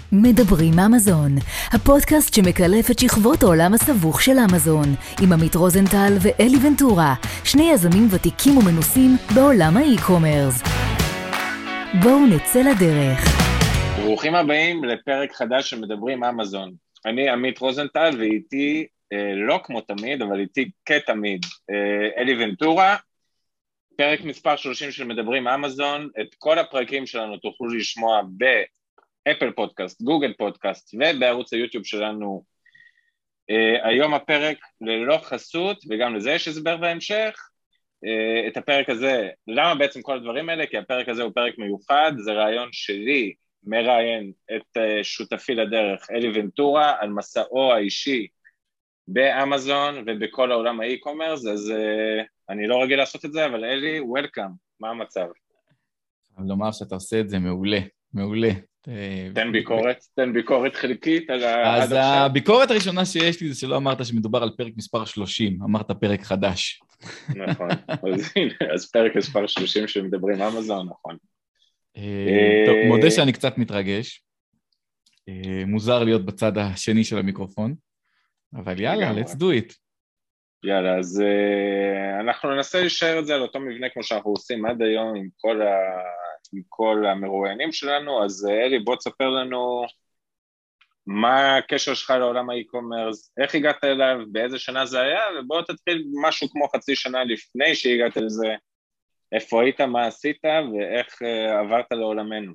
מדברים אמזון, הפודקאסט שמקלף את שכבות העולם הסבוך של אמזון, עם עמית רוזנטל ואלי ונטורה, שני יזמים ותיקים ומנוסים בעולם האי-קומרס. בואו נצא לדרך. ברוכים הבאים לפרק חדש של מדברים אמזון. אני עמית רוזנטל ואיתי, לא כמו תמיד, אבל איתי כתמיד, אלי ונטורה. פרק מספר 30 של מדברים אמזון. את כל הפרקים שלנו תוכלו לשמוע באפל פודקאסט, גוגל פודקאסט ובערוץ היוטיוב שלנו. היום הפרק ללא חסות, וגם לזה יש הסבר בהמשך. את הפרק הזה, למה בעצם כל הדברים האלה? כי הפרק הזה הוא פרק מיוחד, זה רעיון שלי, מראיין את שותפי לדרך, אלי ונטורה, על מסעו האישי באמזון ובכל העולם האי-קומרס, אז אני לא רגיל לעשות את זה, אבל אלי, וולקאם, מה המצב? אני לומר שאתה עושה את זה מעולה, מעולה. תן ביקורת חלקית עד אז עכשיו. הביקורת הראשונה שיש לי זה שלא אמרת שמדובר על פרק מספר 30, אמרת פרק חדש. נכון, אז פרק מספר 30 שמדברים אמזון, נכון. טוב, מודה שאני קצת מתרגש, מוזר להיות בצד השני של המיקרופון, אבל יאללה, let's do it. יאללה, אז אנחנו ננסה להישאר את זה על אותו מבנה כמו שאנחנו עושים עד היום עם כל המרואיינים שלנו, אז אלי, בוא תספר לנו מה הקשר שלך לעולם האי-קומרס, איך הגעת אליו, באיזה שנה זה היה, ובוא תתחיל משהו כמו חצי שנה לפני שהגעת לזה, איפה היית, מה עשית, ואיך עברת לעולמנו.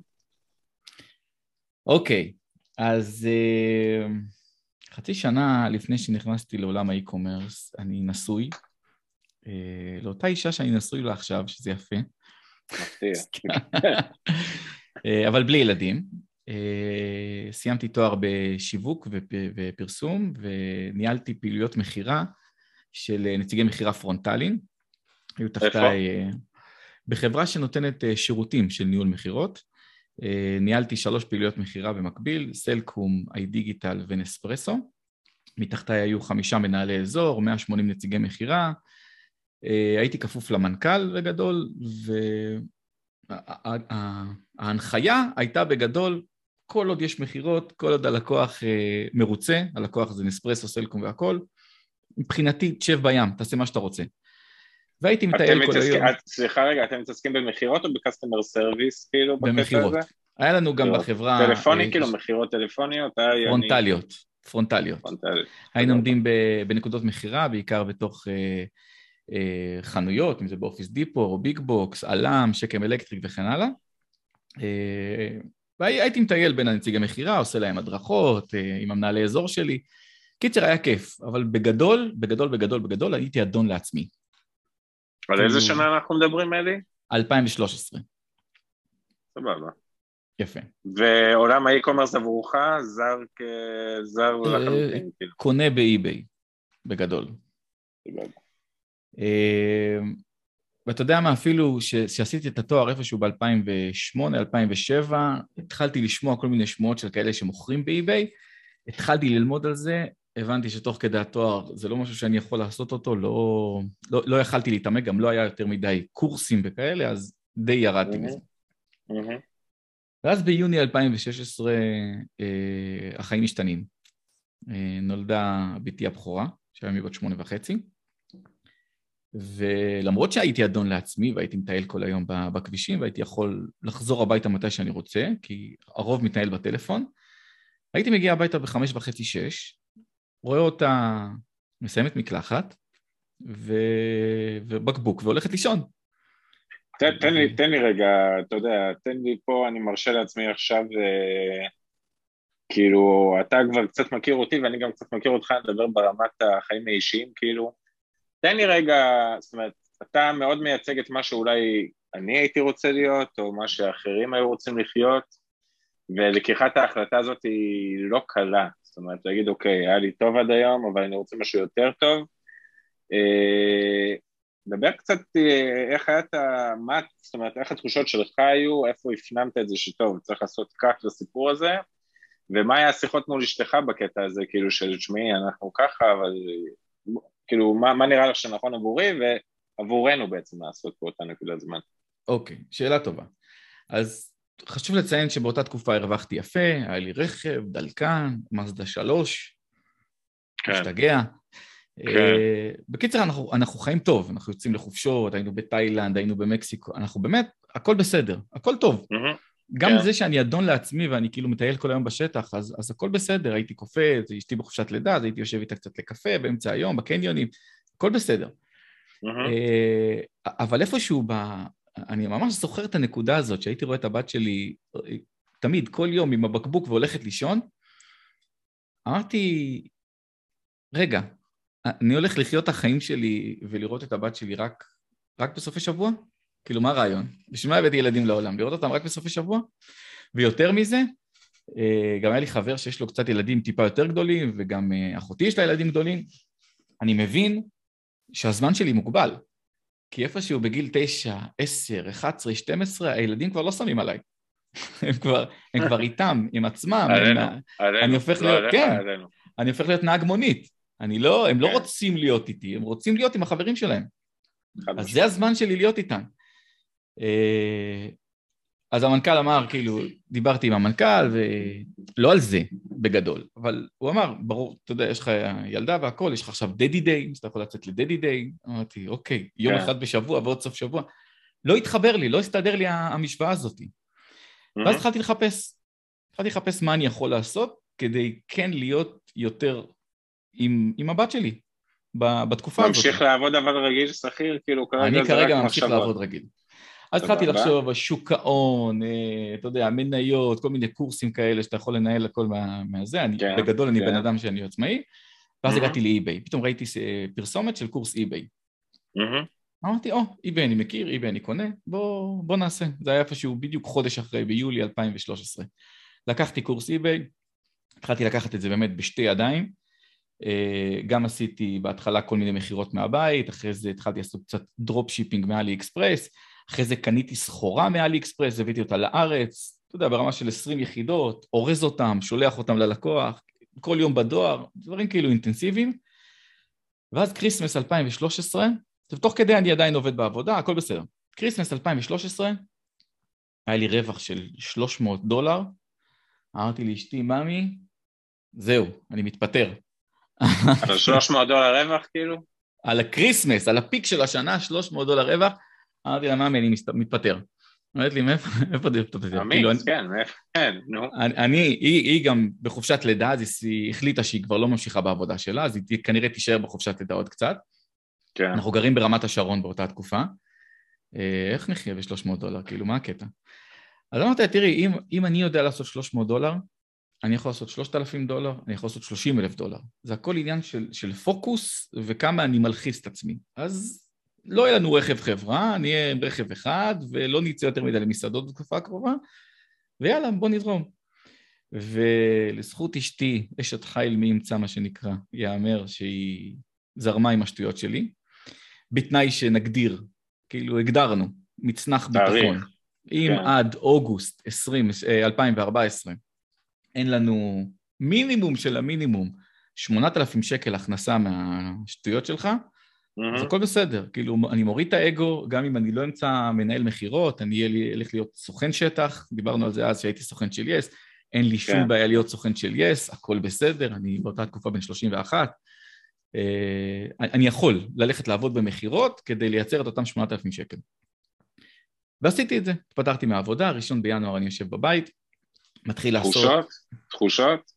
אוקיי, אז חצי שנה לפני שנכנסתי לעולם האי-קומרס, אני נשוי, לאותה אישה שאני נשוי לה עכשיו, שזה יפה. מפתיע. אבל בלי ילדים. סיימתי תואר בשיווק ופרסום, וניהלתי פעילויות מחירה של נציגי מחירה פרונטליים. היו תחתיי בחברה שנותנת שירותים של ניהול מחירות. ניהלתי 3 פעילויות מחירה במקביל, סלקום, איי דיגיטל ונספרסו. מתחתיי היו 5 מנהלי אזור, 180 נציגי מחירה. הייתי כפוף למנכ"ל בגדול, וההנחיה הייתה בגדול, כל עוד יש מחירות, כל עוד הלקוח מרוצה, הלקוח זה נספרסו, סלקום והכל, מבחינתי תשב בים, תעשה מה שאתה רוצה. והייתי מטייל כל היום. סליחה רגע, אתם מתעסקים במחירות או בקסטומר סרוויס, כאילו, במחירות. היה לנו גם בחברה... טלפוני, כאילו, מחירות טלפוניות? פרונטליות. היינו עומדים בנקודות מחירה, בעיקר בתוך חנויות, אם זה באופיס דיפו, או ביג בוקס, אלם, שקם אלקטריק וכן הלאה. והייתי מטייל בין הנציגי מחירה, עושה להם הדרכות, עם המנהלי אזור שלי. קיצר היה כיף, אבל בגדול, הייתי אדון לעצמי. על איזה שנה אנחנו מדברים, אלי? 2013. סבבה. יפה. ועולם האי-קומרס עבורך, זר לחלוטין. קונה באי-ביי, בגדול. סבבה. ואתה יודע מה, אפילו שעשיתי את התואר איפשהו ב-2008, 2007, התחלתי לשמוע כל מיני שמועות של כאלה שמוכרים באי-ביי, התחלתי ללמוד על זה, הבנתי שתוך כדי התואר זה לא משהו שאני יכול לעשות אותו, לא יכלתי להתעמק, גם לא היה יותר מדי קורסים וכאלה, אז די ירדתי מזה. ואז ביוני 2016 החיים משתנים. נולדה ביתי הבכורה, שהיום היא בת 8.5, ולמרות שהייתי אדון לעצמי והייתי מטייל כל היום בכבישים, והייתי יכול לחזור הביתה מתי שאני רוצה, כי הרוב מתנהל בטלפון, הייתי מגיע הביתה ב5:30, 6, רואה אותה מסיימת מקלחת, ובקבוק, והולכת לישון. תן לי רגע, אתה יודע, תן לי פה, אני מרשה לעצמי עכשיו, כאילו, אתה כבר קצת מכיר אותי, ואני גם קצת מכיר אותך, לדבר ברמת החיים האישיים, כאילו, תן לי רגע, זאת אומרת, אתה מאוד מייצג את מה שאולי אני הייתי רוצה להיות, או מה שאחרים היו רוצים לחיות, ולקיחת ההחלטה הזאת היא לא קלה, זאת אומרת, להגיד, אוקיי, היה לי טוב עד היום, אבל אני רוצה משהו יותר טוב. דבר קצת איך היה זאת אומרת, איך התחושות שלך היו, איפה הפנמת את זה שטוב, צריך לעשות כך לסיפור הזה, ומה היה השיחות מול אשתך בקטע הזה, כאילו של שמי, אנחנו ככה, אבל כאילו, מה נראה לך שנכון עבורי, ועבורנו בעצם לעשות באותה נקודת זמן. אוקיי, שאלה טובה. אז חשוב לציין שבאותה תקופה הרווחתי יפה, היה לי רכב, דלקן, מזדה 3, משתגע. בקיצר, אנחנו חיים טוב, אנחנו יוצאים לחופשות, היינו בתאילנד, היינו במקסיקו, אנחנו באמת, הכל בסדר, הכל טוב. גם זה שאני אדון לעצמי ואני כאילו מטייל כל היום בשטח, אז הכל בסדר, הייתי קופץ, אשתי בחופשת לידה, אז הייתי יושב איתה קצת לקפה באמצע היום, בקניונים, הכל בסדר. אבל איפשהו אני ממש זוכר את הנקודה הזאת, שהייתי רואה את הבת שלי תמיד, כל יום עם הבקבוק והולכת לישון, אמרתי, רגע, אני הולך לחיות את החיים שלי ולראות את הבת שלי רק בסופי שבוע? כאילו, מה הרעיון? בשביל מה הבאתי ילדים לעולם? לראות אותם רק בסופי שבוע? ויותר מזה, גם היה לי חבר שיש לו קצת ילדים טיפה יותר גדולים, וגם אחותי יש לה ילדים גדולים. אני מבין שהזמן שלי מוגבל, כי איפשהו בגיל 9, 10, 11, 12, הילדים כבר לא שמים עליי. הם כבר איתם, עם עצמם. אני הופך להיות נהג מונית. הם לא רוצים להיות איתי, הם רוצים להיות עם החברים שלהם. אז זה הזמן שלי להיות איתם. אז המנכ"ל אמר, כאילו, דיברתי עם המנכ"ל, ולא על זה בגדול, אבל הוא אמר, ברור, אתה יודע, יש לך ילדה והכל, יש לך עכשיו דדי דיי, אז אתה יכול לצאת לדדי דיי, אמרתי, אוקיי, יום אחד בשבוע ועוד סוף שבוע, לא התחבר לי, לא הסתדר לי המשוואה הזאת. ואז התחלתי לחפש מה אני יכול לעשות, כדי כן להיות יותר עם הבת שלי, בתקופה הזאת. ממשיך לעבוד אבל רגיל, שכיר, כאילו כרגע אני כרגע ממשיך לעבוד רגיל. אז התחלתי לחשוב על שוק ההון, אתה יודע, מניות, כל מיני קורסים כאלה שאתה יכול לנהל הכל מהזה, בגדול אני בן אדם שאני עצמאי, ואז הגעתי לאי-ביי, פתאום ראיתי פרסומת של קורס אי-ביי. אמרתי, אי-ביי אני מכיר, אי-ביי אני קונה, בוא נעשה. זה היה איפשהו בדיוק חודש אחרי, ביולי 2013. לקחתי קורס אי-ביי, התחלתי לקחת את זה באמת בשתי ידיים, גם עשיתי בהתחלה כל מיני מחירות מהבית, אחרי זה התחלתי לעשות קצת דרופ שיפינג מאלי אקספרס, אחרי זה קניתי סחורה מאלי אקספרס, הבאתי אותה לארץ, אתה יודע, ברמה של 20 יחידות, אורז אותם, שולח אותם ללקוח, כל יום בדואר, דברים כאילו אינטנסיביים. ואז קריסמס 2013, תוך כדי אני עדיין עובד בעבודה, הכל בסדר. קריסמס 2013, היה לי רווח של $300, אמרתי לאשתי, ממי, זהו, אני מתפטר. אבל $300 רווח כאילו? על הקריסמס, על הפיק של השנה, $300 רווח, אמרתי לה, ממי, אני מתפטר. אמרת לי, מאיפה זה מתפטר? אמיץ, כן, נו. היא גם בחופשת לידה, אז היא החליטה שהיא כבר לא ממשיכה בעבודה שלה, אז היא כנראה תישאר בחופשת לידה עוד קצת. אנחנו גרים ברמת השרון באותה תקופה. איך נחיה ב$300? כאילו, מה הקטע? אז אמרתי, תראי, אם אני יודע לעשות $300, אני יכול לעשות $3,000, אני יכול לעשות $30,000. זה הכל עניין של פוקוס וכמה אני מלחיץ את עצמי. אז לא יהיה לנו רכב חברה, אני אהיה עם רכב אחד, ולא נצא יותר מדי למסעדות בתקופה הקרובה, ויאללה, בוא נזרום. ולזכות אשתי, אשת חיל מי ימצא מה שנקרא, יאמר שהיא זרמה עם השטויות שלי, בתנאי שנגדיר, כאילו הגדרנו, מצנח ביטחון. אם עד אוגוסט 2014, אין לנו מינימום של המינימום, 8,000 שקל הכנסה מהשטויות שלך, אז הכל בסדר, כאילו אני מוריד את האגו, גם אם אני לא אמצא מנהל מחירות, אני אלך להיות סוכן שטח, דיברנו על זה אז שהייתי סוכן של יס, אין לי שום בעיה להיות סוכן של יס, הכל בסדר, אני באותה תקופה בין 31, אני יכול ללכת לעבוד במחירות כדי לייצר את אותם 8,000 שקל. ועשיתי את זה, התפטרתי מהעבודה, 1 בינואר אני יושב בבית, מתחיל לעשות... תחושות?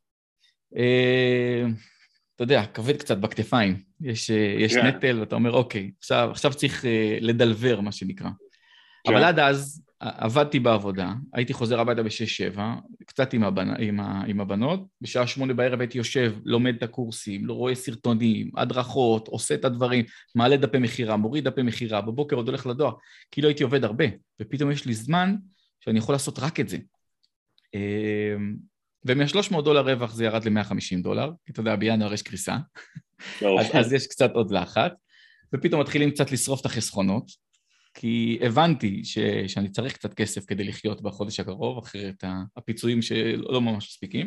אתה יודע, כבד קצת בכתפיים, יש נטל, ואתה אומר, אוקיי, עכשיו צריך לדלבר, מה שנקרא. אבל עד אז עבדתי בעבודה, הייתי חוזר הביתה ב-6-7, קצת עם הבנות, בשעה 8 בערב הייתי יושב, לומד את הקורסים, לא רואה סרטונים, הדרכות, עושה את הדברים, מעלה דפי מחירה, מוריד דפי מחירה, בבוקר עוד הולך לדואר, כי לא הייתי עובד הרבה, ופתאום יש לי זמן שאני יכול לעשות רק את זה. ומה$300 רווח זה ירד ל$150, כי אתה יודע, בינואר יש קריסה, אז יש קצת עוד לחץ, ופתאום מתחילים קצת לשרוף את החסכונות, כי הבנתי שאני צריך קצת כסף כדי לחיות בחודש הקרוב, אחרת הפיצויים שלא ממש מספיקים,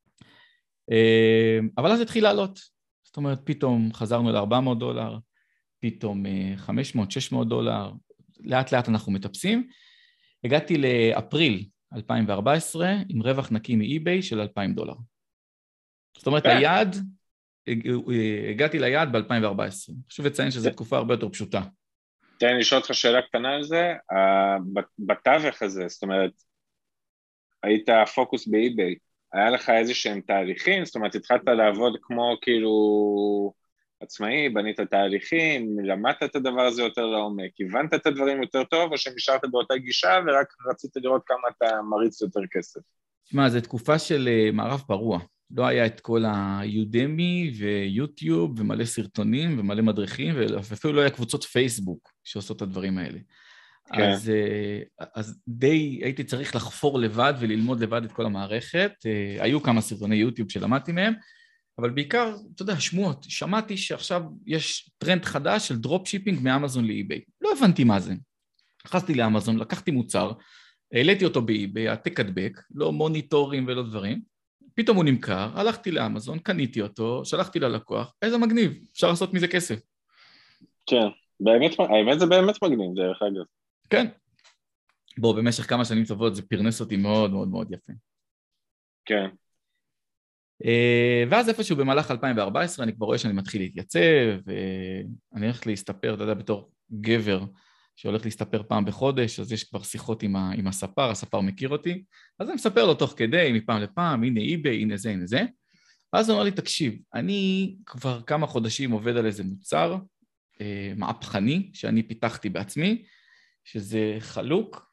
אבל אז התחיל לעלות, זאת אומרת, פתאום חזרנו ל$400, פתאום $500, $600, לאט לאט אנחנו מטפסים, הגעתי לאפריל 2014, עם רווח נקי מאי-ביי של $2,000. זאת אומרת, היעד, הגעתי ליעד ב-2014. חשוב לציין שזו תקופה הרבה יותר פשוטה. תן לי לשאול אותך שאלה קטנה על זה, בתווך הזה, זאת אומרת, היית פוקוס באי-ביי, היה לך איזה שהם תהליכים, זאת אומרת, התחלת לעבוד כמו כאילו עצמאי, בנית תהליכים, למדת את הדבר הזה יותר לעומק, הבנת את הדברים יותר טוב, או שנשארת באותה גישה, ורק רצית לראות כמה אתה מריץ יותר כסף? תשמע, זו תקופה של מערב פרוע. לא היה את כל היודמי ויוטיוב ומלא סרטונים ומלא מדריכים, ואפילו לא היה קבוצות פייסבוק שעושות את הדברים האלה. כן. אז די הייתי צריך לחפור לבד וללמוד לבד את כל המערכת. היו כמה סרטוני יוטיוב שלמדתי מהם, אבל בעיקר, אתה יודע, שמועות. שמעתי שעכשיו יש טרנד חדש של דרופ שיפינג מאמזון לאי-ביי. לא הבנתי מה זה. נכנסתי לאמזון, לקחתי מוצר, העליתי אותו באי-ביי, העתק הדבק, לא מוניטורים ולא דברים. פתאום הוא נמכר, הלכתי לאמזון, קניתי אותו, שלחתי ללקוח, איזה מגניב, אפשר לעשות מזה כסף. כן, האמת זה באמת מגניב, דרך אגב. כן. בוא, במשך כמה שנים טובות זה פרנס אותי מאוד מאוד מאוד יפה. כן. ואז איפשהו במהלך 2014, אני כבר רואה שאני מתחיל להתייצב, ואני הולך להסתפר, אתה יודע, בתור גבר, שהולך להסתפר פעם בחודש, אז יש כבר שיחות עם הספר, הספר מכיר אותי, אז אני מספר לו תוך כדי, מפעם לפעם, הנה אי-ביי, הנה זה, הנה זה, ואז הוא אומר לי, תקשיב, אני כבר כמה חודשים עובד על איזה מוצר מהפכני, שאני פיתחתי בעצמי, שזה חלוק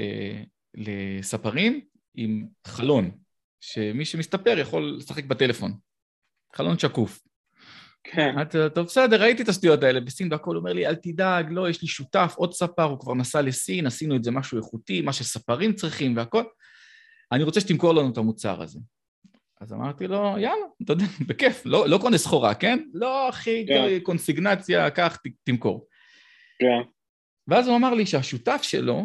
לספרים עם חלון, שמי שמסתפר יכול לשחק בטלפון, חלון שקוף. כן. טוב, בסדר, ראיתי את השטויות האלה בסין, והכל אומר לי, אל תדאג, לא, יש לי שותף, עוד ספר, הוא כבר נסע לסין, עשינו את זה משהו איכותי, מה שספרים צריכים והכל, אני רוצה שתמכור לנו את המוצר הזה. אז אמרתי לו, יאללה, אתה יודע, בכיף, לא קונה סחורה, כן? לא, אחי, קונסיגנציה, כך, תמכור. כן. ואז הוא אמר לי שהשותף שלו,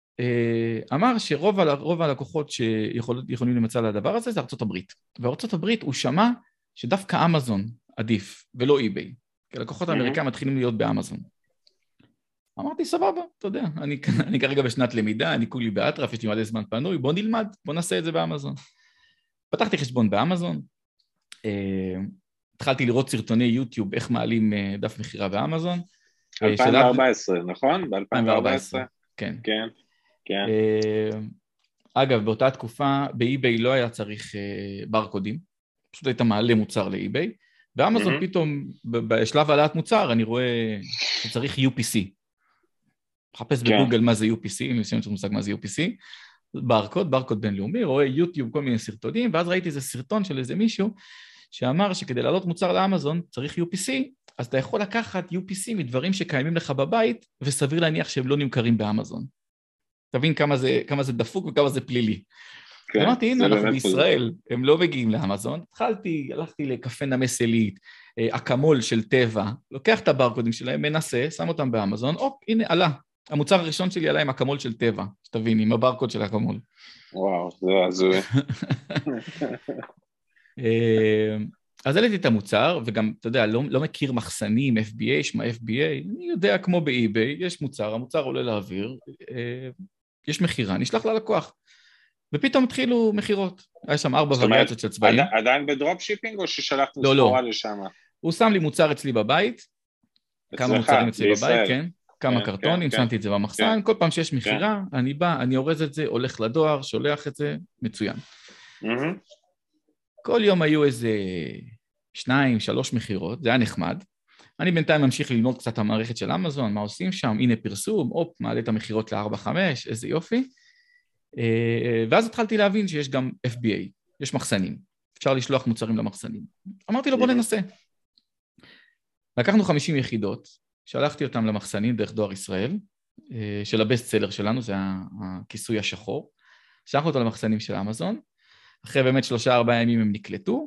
אמר שרוב הלקוחות שיכולים למצוא לדבר הזה, זה ארצות הברית. וארצות הברית הוא שמע שדווקא אמזון עדיף, ולא אי-ביי. כי הלקוחות האמריקאים מתחילים להיות באמזון. אמרתי, סבבה, אתה יודע, אני כרגע בשנת למידה, אני כולי באטרף, יש לי מלא זמן פנוי, בוא נלמד, בוא נעשה את זה באמזון. פתחתי חשבון באמזון, התחלתי לראות סרטוני יוטיוב, איך מעלים דף מחירה באמזון. 2014, נכון? ב-2014, כן. כן, כן. אגב, באותה תקופה, באי-ביי לא היה צריך ברקודים, פשוט היית מעלה מוצר לאי-ביי, באמזון פתאום, בשלב העלאת מוצר, אני רואה שצריך UPC. מחפש בגוגל מה זה UPC, אם יש מושג מה זה UPC, ברקוד בינלאומי, רואה יוטיוב, כל מיני סרטונים, ואז ראיתי איזה סרטון של איזה מישהו, שאמר שכדי לעלות מוצר לאמזון צריך UPC, אז אתה יכול לקחת UPC מדברים שקיימים לך בבית, וסביר להניח שהם לא נמכרים באמזון. תבין כמה זה דפוק וכמה זה פלילי. כן, אמרתי, הנה, אנחנו בישראל, הם לא מגיעים לאמזון, הלכתי לקפה נמס עילית, אקמול של טבע, לוקח את הברקודים שלהם, מנסה, שם אותם באמזון, הנה, עלה. המוצר הראשון שלי עלה עם אקמול של טבע, שתבין, עם הברקוד של אקמול. וואו, זה הזוי. אז העליתי את המוצר, וגם, אתה יודע, לא מכיר מחסנים, FBA, שמה FBA, אני יודע כמו באי-ביי, יש מוצר, המוצר עולה לאוויר, יש מחירה, נשלח ללקוח. ופתאום התחילו מחירות. היה שם 4 וריאציות של צבעים. עדיין בדרופ שיפינג או ששלחתם סחורה לשם? הוא שם לי מוצר אצלי בבית, כמה מוצרים אצלי בבית, כן, כמה קרטונים, שמתי את זה במחסן, כל פעם שיש מחירה, אני בא, אני אורז את זה, הולך לדואר, שולח את זה, מצוין. כל יום היו איזה 2-3 מחירות, זה היה נחמד. אני בינתיים ממשיך ללמוד קצת המערכת של אמזון, מה עושים שם, הנה פרסום, מעלה את המחירות ל-4-5, איזה יופי. ואז התחלתי להבין שיש גם FBA, יש מחסנים, אפשר לשלוח מוצרים למחסנים. אמרתי לו, בוא ננסה. לקחנו 50 יחידות, שלחתי אותם למחסנים דרך דואר ישראל, של הבסט סלר שלנו, זה הכיסוי השחור. שלחנו אותו למחסנים של אמזון, אחרי באמת 3-4 ימים הם נקלטו.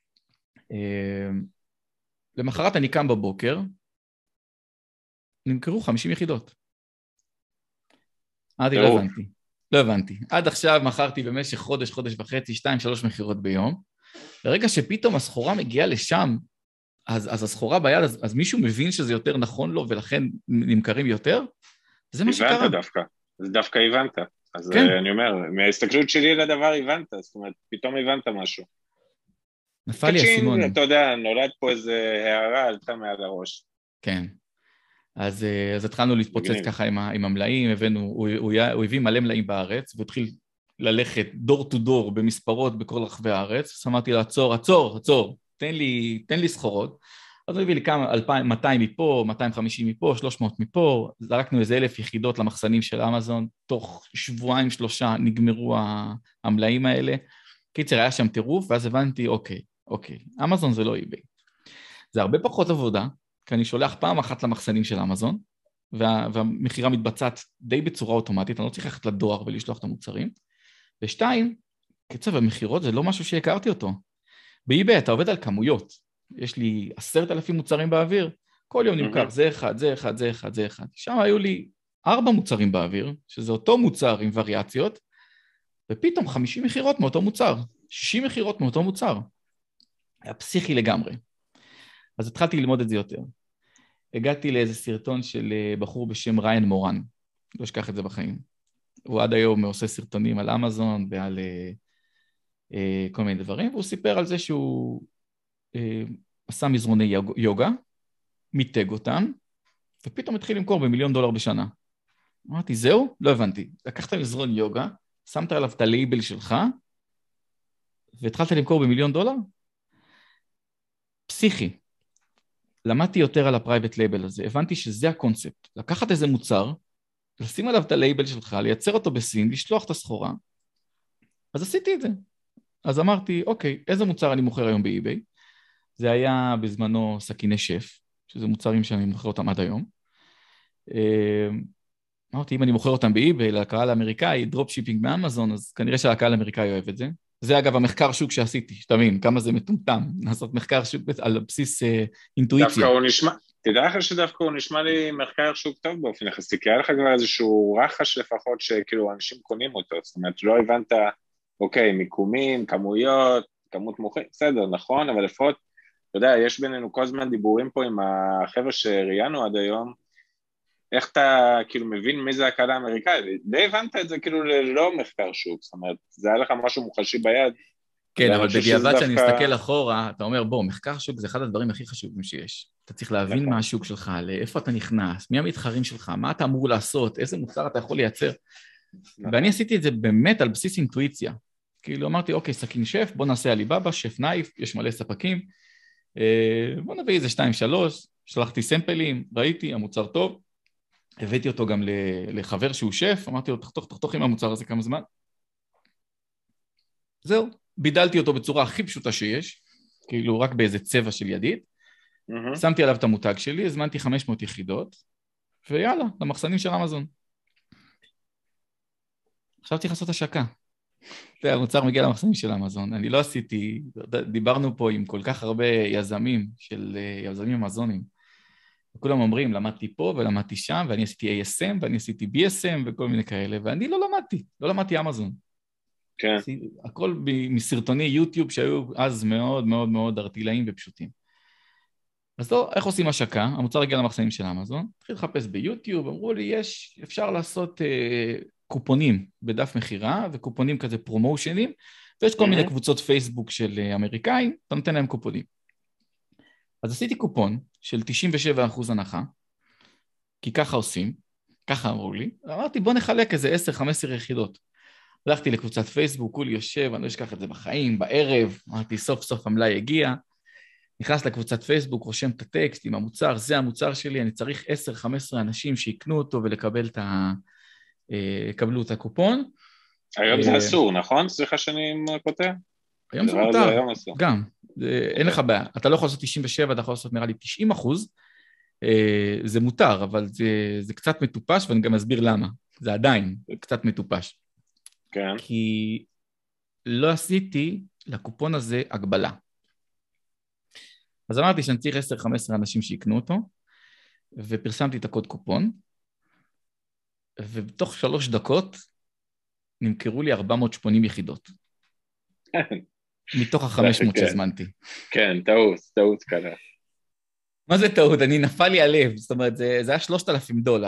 למחרת אני קם בבוקר, נמכרו 50 יחידות. אמרתי, לא הבנתי. עד עכשיו מכרתי במשך חודש וחצי, 2-3 מחירות ביום. ברגע שפתאום הסחורה מגיעה לשם, אז הסחורה ביד, אז מישהו מבין שזה יותר נכון לו, ולכן נמכרים יותר? זה מה שקרה. הבנת דווקא, זה דווקא הבנת. אז כן. אני אומר, מההסתכלות שלי לדבר הבנת, זאת אומרת, פתאום הבנת משהו. נפל לי הסימון. אתה יודע, נולד פה איזה הערה, עלתה מעל הראש. כן. אז התחלנו להתפוצץ מגניב. ככה עם המלאים, הוא הביא מלא מלאים בארץ, והתחיל ללכת דור טו דור במספרות בכל רחבי הארץ, אז אמרתי לו, עצור, תן לי סחורות. אז הוא הביא לי כמה, 200 מפה, 250 מפה, 300 מפה, זרקנו איזה 1,000 יחידות למחסנים של אמזון, תוך 2-3 נגמרו המלאים האלה. קיצר, היה שם טירוף, ואז הבנתי, אוקיי, אמזון זה לא eBay. זה הרבה פחות עבודה, כי אני שולח פעם אחת למחסנים של אמזון, והמחירה מתבצעת די בצורה אוטומטית, אני לא צריך ללכת לדואר ולשלוח את המוצרים. ושתיים, קצב המחירות זה לא משהו שהכרתי אותו. ב-eBay אתה עובד על כמויות, יש לי 10,000 מוצרים באוויר, כל יום נמכר, זה אחד. שם היו לי 4 מוצרים באוויר, שזה אותו מוצר עם וריאציות, ופתאום 50 מחירות מאותו מוצר, 60 מחירות מאותו מוצר. היה פסיכי לגמרי. אז התחלתי ללמוד את זה יותר. הגעתי לאיזה סרטון של בחור בשם ריין מורן, לא אשכח את זה בחיים. הוא עד היום עושה סרטונים על אמזון ועל כל מיני דברים, והוא סיפר על זה שהוא עשה מזרוני יוגה, מיתג אותם, ופתאום התחיל למכור ב$1,000,000 בשנה. אמרתי, זהו? לא הבנתי. לקחת מזרון יוגה, שמת עליו את הלייבל שלך, והתחלת למכור ב$1,000,000? פסיכי. למדתי יותר על הפרייבט לייבל הזה, הבנתי שזה הקונספט. לקחת איזה מוצר, לשים עליו את הלייבל שלך, לייצר אותו בסין, לשלוח את הסחורה, אז עשיתי את זה. אז אמרתי, אוקיי, איזה מוצר אני מוכר היום ב-eBay? זה היה בזמנו סכיני שף, שזה מוצרים שאני מוכר אותם עד היום. אמרתי, אם אני מוכר אותם ב-eBay לקהל האמריקאי, דרופ שיפינג מאמזון, אז כנראה שהקהל האמריקאי אוהב את זה. זה אגב המחקר שוק שעשיתי, שתבין, כמה זה מטומטם, לעשות מחקר שוק על בסיס אינטואיציה. דווקא הוא נשמע, תדע לך שדווקא הוא נשמע לי מחקר שוק טוב באופן יחסי, כי היה לך כבר איזשהו רחש לפחות שכאילו אנשים קונים אותו, זאת אומרת, לא הבנת, אוקיי, מיקומים, כמויות, כמות מוכרים, בסדר, נכון, אבל לפחות, אתה יודע, יש בינינו כל הזמן דיבורים פה עם החבר'ה שראיינו עד היום, איך אתה כאילו מבין מי זה הקהל האמריקאי, די הבנת את זה כאילו ללא מחקר שוק, זאת אומרת, זה היה לך משהו מוחשי ביד. כן, אבל בדיעבד שאני מסתכל אחורה, אתה אומר, בוא, מחקר שוק זה אחד הדברים הכי חשובים שיש. אתה צריך להבין מה השוק שלך, לאיפה אתה נכנס, מי המתחרים שלך, מה אתה אמור לעשות, איזה מוצר אתה יכול לייצר. ואני עשיתי את זה באמת על בסיס אינטואיציה. כאילו אמרתי, אוקיי, סכין שף, בוא נעשה עליבאבא, שף נייף, יש מלא ספקים, בוא נביא איזה 2-3, שלחתי סמפלים, ראיתי, המוצר טוב, הבאתי אותו גם לחבר שהוא שף, אמרתי לו, תחתוך עם המוצר הזה כמה זמן. זהו, בידלתי אותו בצורה הכי פשוטה שיש, כאילו רק באיזה צבע של ידית, שמתי עליו את המותג שלי, הזמנתי 500 יחידות, ויאללה, למחסנים של אמזון. עכשיו צריך לעשות השקה. המוצר מגיע למחסנים של אמזון, אני לא עשיתי, דיברנו פה עם כל כך הרבה יזמים, יזמים אמזונים, וכולם אומרים, למדתי פה ולמדתי שם, ואני עשיתי ASM, ואני עשיתי BSM, וכל מיני כאלה, ואני לא למדתי אמזון. כן. הכל מסרטוני יוטיוב, שהיו אז מאוד מאוד מאוד ארטילאיים ופשוטים. אז לא, איך עושים השקה? המוצר הגיע למחסנים של אמזון, התחיל לחפש ביוטיוב, אמרו לי, אפשר לעשות קופונים בדף מחירה, וקופונים כזה פרומושנים, ויש כל מיני קבוצות פייסבוק של אמריקאים, אתה נותן להם קופונים. אז עשיתי קופון של 97% הנחה, כי ככה עושים, ככה אמרו לי, ואמרתי בוא נחלק איזה 10-15 יחידות. הלכתי לקבוצת פייסבוק, כולי יושב, אני לא אשכח את זה בחיים, בערב, אמרתי סוף סוף המלאי הגיע, נכנס לקבוצת פייסבוק, רושם את הטקסט עם המוצר, זה המוצר שלי, אני צריך 10-15 אנשים שיקנו אותו ולקבלו את הקופון. היום זה אסור, נכון? סליחה שאני כותב? היום זה מותר, גם. אין לך בעיה, אתה לא יכול לעשות 97, אתה יכול לעשות נראה לי 90%, זה מותר, אבל זה קצת מטופש, ואני גם אסביר למה, זה עדיין קצת מטופש. כן. כי לא עשיתי לקופון הזה הגבלה. אז אמרתי שאני צריך 10-15 אנשים שיקנו אותו, ופרסמתי את הקוד קופון, ובתוך 3 דקות נמכרו לי 480 יחידות. מתוך 500 שהזמנתי. כן, טעות כאלה. מה זה טעות? אני נפל לי הלב, זאת אומרת, זה היה $3,000,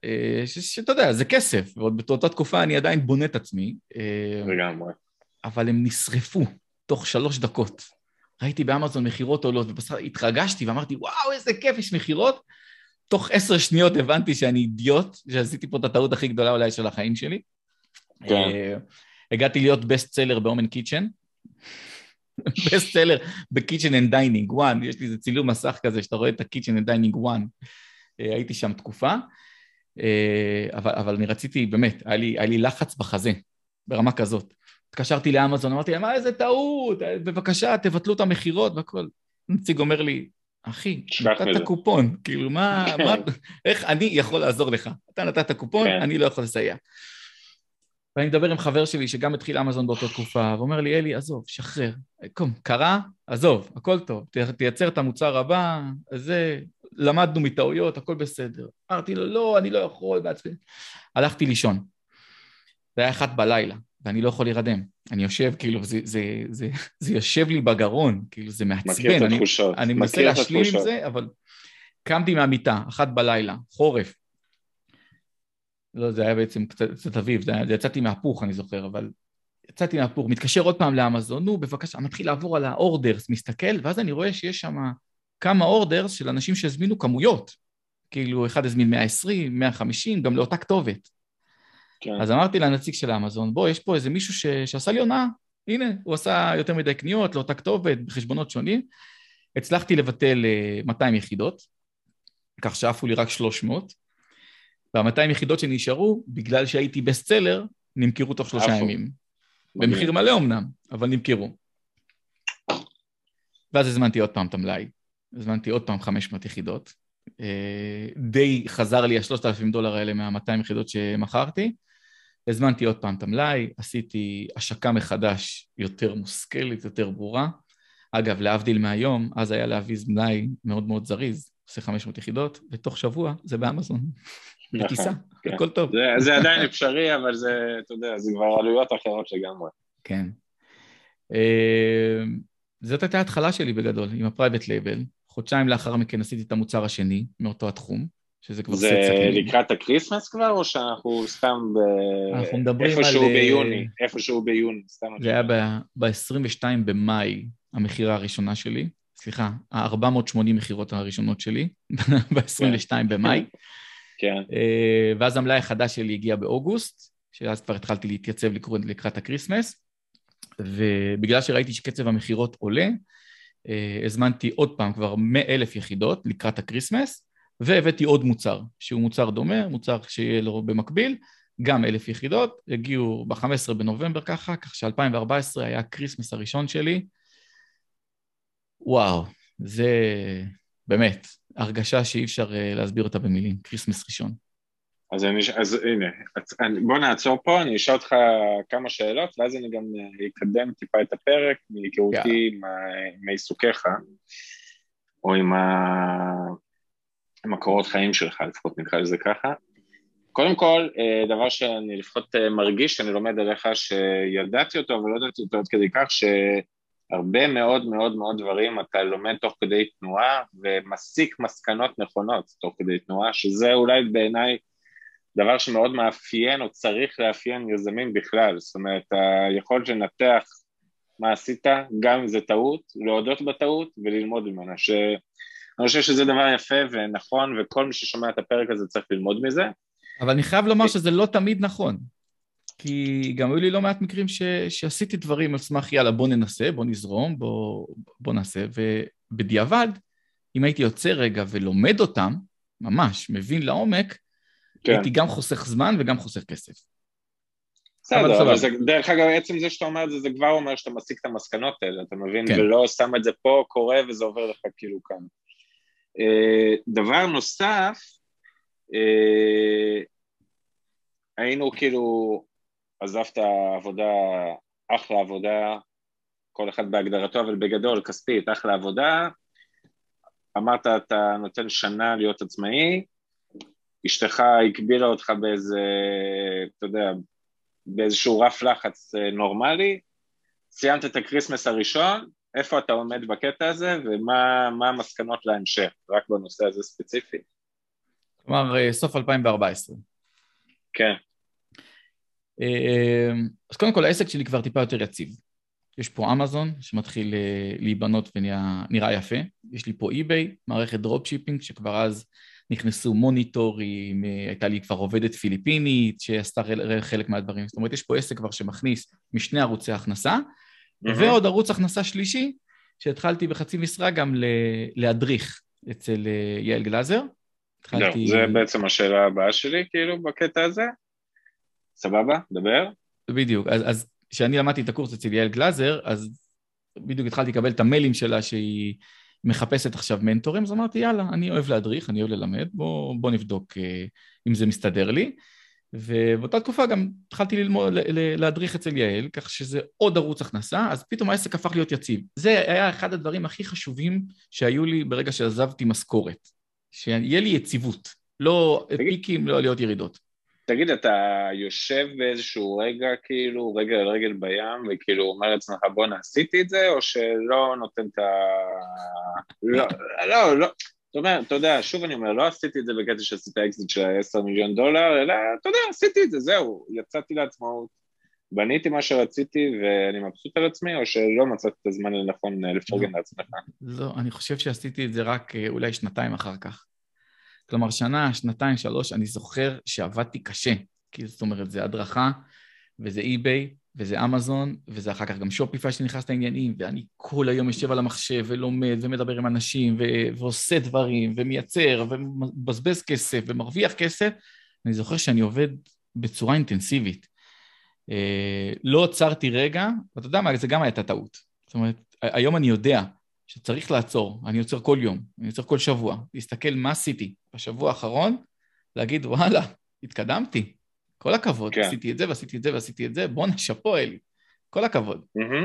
שאתה יודע, זה כסף, ועוד באותה תקופה אני עדיין בונה את עצמי. לגמרי. אבל הם נשרפו תוך 3 דקות. ראיתי באמזון מחירות עולות, ובסדר התרגשתי ואמרתי, וואו, איזה כיף, יש מחירות. תוך 10 שניות הבנתי שאני אידיוט, שעשיתי פה את הטעות הכי גדולה אולי של החיים שלי. כן. הגעתי להיות בסט סלר באומן קיצ'ן. בסט סלר בקיצ'ן אנד דיינינג 1, יש לי איזה צילום מסך כזה, שאתה רואה את הקיצ'ן אנד דיינינג 1. הייתי שם תקופה, אבל אני רציתי, באמת, היה לי לחץ בחזה, ברמה כזאת. התקשרתי לאמזון, אמרתי להם, איזה טעות, בבקשה, תבטלו את המחירות והכל. נציג אומר לי, אחי, נתת קופון, כאילו, איך אני יכול לעזור לך? אתה נתת קופון, אני לא יכול לסייע. ואני מדבר עם חבר שלי, שגם התחיל אמזון באותה תקופה, ואומר לי, אלי, עזוב, שחרר, קום, קרה, עזוב, הכל טוב, תייצר את המוצר הבא, זה, למדנו מטעויות, הכל בסדר. אמרתי לו, לא, אני לא יכול בעצמי. הלכתי לישון. זה היה 1 בלילה, ואני לא יכול להירדם. אני יושב, כאילו, זה יושב לי בגרון, כאילו, זה מעצבן. מכיר את התחושות. אני מנסה להשלים עם זה, אבל קמתי מהמיטה, 1 בלילה, חורף. לא, זה היה בעצם קצת אביב, יצאתי מהפוך, אני זוכר, אבל יצאתי מהפוך, מתקשר עוד פעם לאמזון, נו, בבקשה, אני מתחיל לעבור על האורדרס, מסתכל, ואז אני רואה שיש שם כמה אורדרס של אנשים שהזמינו כמויות. כאילו, אחד הזמין 120, 150, גם לאותה כתובת. כן. אז אמרתי לנציג של האמזון, בוא, יש פה איזה מישהו שעשה לי הונאה, הנה, הוא עשה יותר מדי קניות, לאותה כתובת, בחשבונות שונים, הצלחתי לבטל 200 יחידות, כך שאפו לי רק 300, וה-200 יחידות שנשארו, בגלל שהייתי בסט סלר, נמכרו תוך 3 ימים. במחיר מלא אמנם, אבל נמכרו. ואז הזמנתי עוד פעם את המלאי, הזמנתי עוד פעם 500 יחידות, די חזר לי $3,000 האלה מה-200 יחידות שמכרתי, הזמנתי עוד פעם את המלאי, עשיתי השקה מחדש יותר מושכלת, יותר ברורה. אגב, להבדיל מהיום, אז היה להביז מלאי מאוד מאוד זריז, עושה 500 יחידות, ותוך שבוע זה באמזון. בטיסה, הכל טוב. זה עדיין אפשרי, אבל זה, אתה יודע, זה כבר עלויות אחרות לגמרי. כן. זאת הייתה ההתחלה שלי בגדול, עם הפרייבט לייבל. חודשיים לאחר מכן עשיתי את המוצר השני, מאותו התחום, שזה כבר סט סכינים. זה לקראת הקריסמס כבר, או שאנחנו סתם אנחנו מדברים איפשהו ביוני, איפשהו ביוני, סתם. זה היה ב-22 במאי, המחירה הראשונה שלי, סליחה, ה-480 מחירות הראשונות שלי, ב-22 במאי. כן. ואז המלאי החדש שלי הגיע באוגוסט, שאז כבר התחלתי להתייצב לקראת הקריסמס, ובגלל שראיתי שקצב המחירות עולה, הזמנתי עוד פעם כבר 100,000 יחידות לקראת הקריסמס, והבאתי עוד מוצר, שהוא מוצר דומה, מוצר שיהיה לו במקביל, גם 1,000 יחידות, הגיעו ב-15 בנובמבר ככה, כך ש-2014 היה הקריסמס הראשון שלי. וואו, זה באמת הרגשה שאי אפשר להסביר אותה במילים, קריסמס ראשון. אז הנה, בוא נעצור פה, אני אשאל אותך כמה שאלות, ואז אני גם אקדם טיפה את הפרק, מהיכרותי עם עיסוקיך, או עם הקורות חיים שלך, לפחות נקרא לזה ככה. קודם כל, דבר שאני לפחות מרגיש, שאני לומד עליך, שידעתי אותו, אבל לא ידעתי אותו עד כדי כך, שהרבה מאוד מאוד מאוד דברים אתה לומד תוך כדי תנועה, ומסיק מסקנות נכונות תוך כדי תנועה, שזה אולי בעיניי, דבר שמאוד מאפיין או צריך לאפיין יזמים בכלל, זאת אומרת, היכולת לנתח מה עשית, גם אם זה טעות, להודות בטעות וללמוד ממנה, אני חושב שזה דבר יפה ונכון, וכל מי ששומע את הפרק הזה צריך ללמוד מזה. אבל אני חייב לומר שזה לא תמיד נכון, כי גם היו לי לא מעט מקרים שעשיתי דברים על סמך, יאללה, בוא ננסה, בוא נזרום, בוא נעשה, ובדיעבד, אם הייתי יוצא רגע ולומד אותם, ממש, מבין לעומק, כן. הייתי גם חוסך זמן וגם חוסך כסף. בסדר, אבל דרך אגב, עצם זה שאתה אומר את זה, זה כבר אומר שאתה מסיק את המסקנות האלה, אתה מבין, כן. ולא שם את זה פה, קורה וזה עובר לך כאילו כאן. דבר נוסף, היינו כאילו, עזבת עבודה, אחלה עבודה, כל אחד בהגדרתו, אבל בגדול, כספית, אחלה עבודה, אמרת, אתה נותן שנה להיות עצמאי, אשתך הקבילה אותך באיזה, אתה יודע, באיזשהו רף לחץ נורמלי, סיימת את הקריסמס הראשון, איפה אתה עומד בקטע הזה, ומה המסקנות להמשך, רק בנושא הזה ספציפי? כלומר, סוף 2014. כן. אז קודם כל, העסק שלי כבר טיפה יותר יציב. יש פה אמזון שמתחיל להיבנות ונראה יפה. יש לי פה eBay, מערכת דרופשיפינג, שכבר אז נכנסו מוניטורים, הייתה לי כבר עובדת פיליפינית, שעשתה חלק מהדברים. זאת אומרת, יש פה עסק כבר שמכניס משני ערוצי הכנסה, ועוד ערוץ הכנסה שלישי, שהתחלתי בחצי משרה גם להדריך אצל יעל גלזר. זה בעצם השאלה הבאה שלי, כאילו, בקטע הזה. סבבה, דבר. בדיוק, אז כשאני למדתי את הקורס אצל יעל גלזר, אז בדיוק התחלתי לקבל את המיילים שלה שהיא מחפשת עכשיו מנטורים, אז אמרתי, יאללה, אני אוהב להדריך, אני אוהב ללמד, בוא נבדוק אם זה מסתדר לי. ובאותה תקופה גם התחלתי ללמוד, להדריך אצל יעל, כך שזה עוד ערוץ הכנסה, אז פתאום העסק הפך להיות יציב. זה היה אחד הדברים הכי חשובים שהיו לי ברגע שעזבתי משכורת. שיהיה לי יציבות, לא פיקים, לא להיות ירידות. תגיד, אתה יושב באיזשהו רגע, כאילו, רגל על רגל בים, וכאילו אומר לעצמך, בוא עשיתי את זה, או שלא נותן את ה... לא. זאת אומרת, אתה יודע, שוב אני אומר, לא עשיתי את זה בקטע שעשית האקזיט של $10 מיליון, אלא, אתה יודע, עשיתי את זה, זהו, יצאתי לעצמאות, בניתי מה שרציתי, ואני מבסוט על עצמי, או שלא מצאתי את הזמן לנכון לפרגן לעצמך? לא, אני חושב שעשיתי את זה רק אולי שנתיים אחר כך. כלומר, שנה, שנתיים, 3, אני זוכר שעבדתי קשה, כי זאת אומרת, זה הדרכה, וזה eBay, וזה אמזון, וזה אחר כך גם שופיפיי שנכנס לעניינים, ואני כל היום יושב על המחשב ולומד ומדבר עם אנשים, ועושה דברים, ומייצר, ומבזבז כסף, ומרוויח כסף. אני זוכר שאני עובד בצורה אינטנסיבית. לא עצרתי רגע, ואתה יודע מה, זה גם הייתה טעות. זאת אומרת, היום אני יודע שצריך לעצור, אני יוצר כל יום, אני יוצר כל שבוע, להסתכל מה עשיתי בשבוע האחרון, להגיד, וואלה, התקדמתי, כל הכבוד, כן. עשיתי את זה ועשיתי את זה ועשיתי את זה, בוא נשפו אלי, כל הכבוד.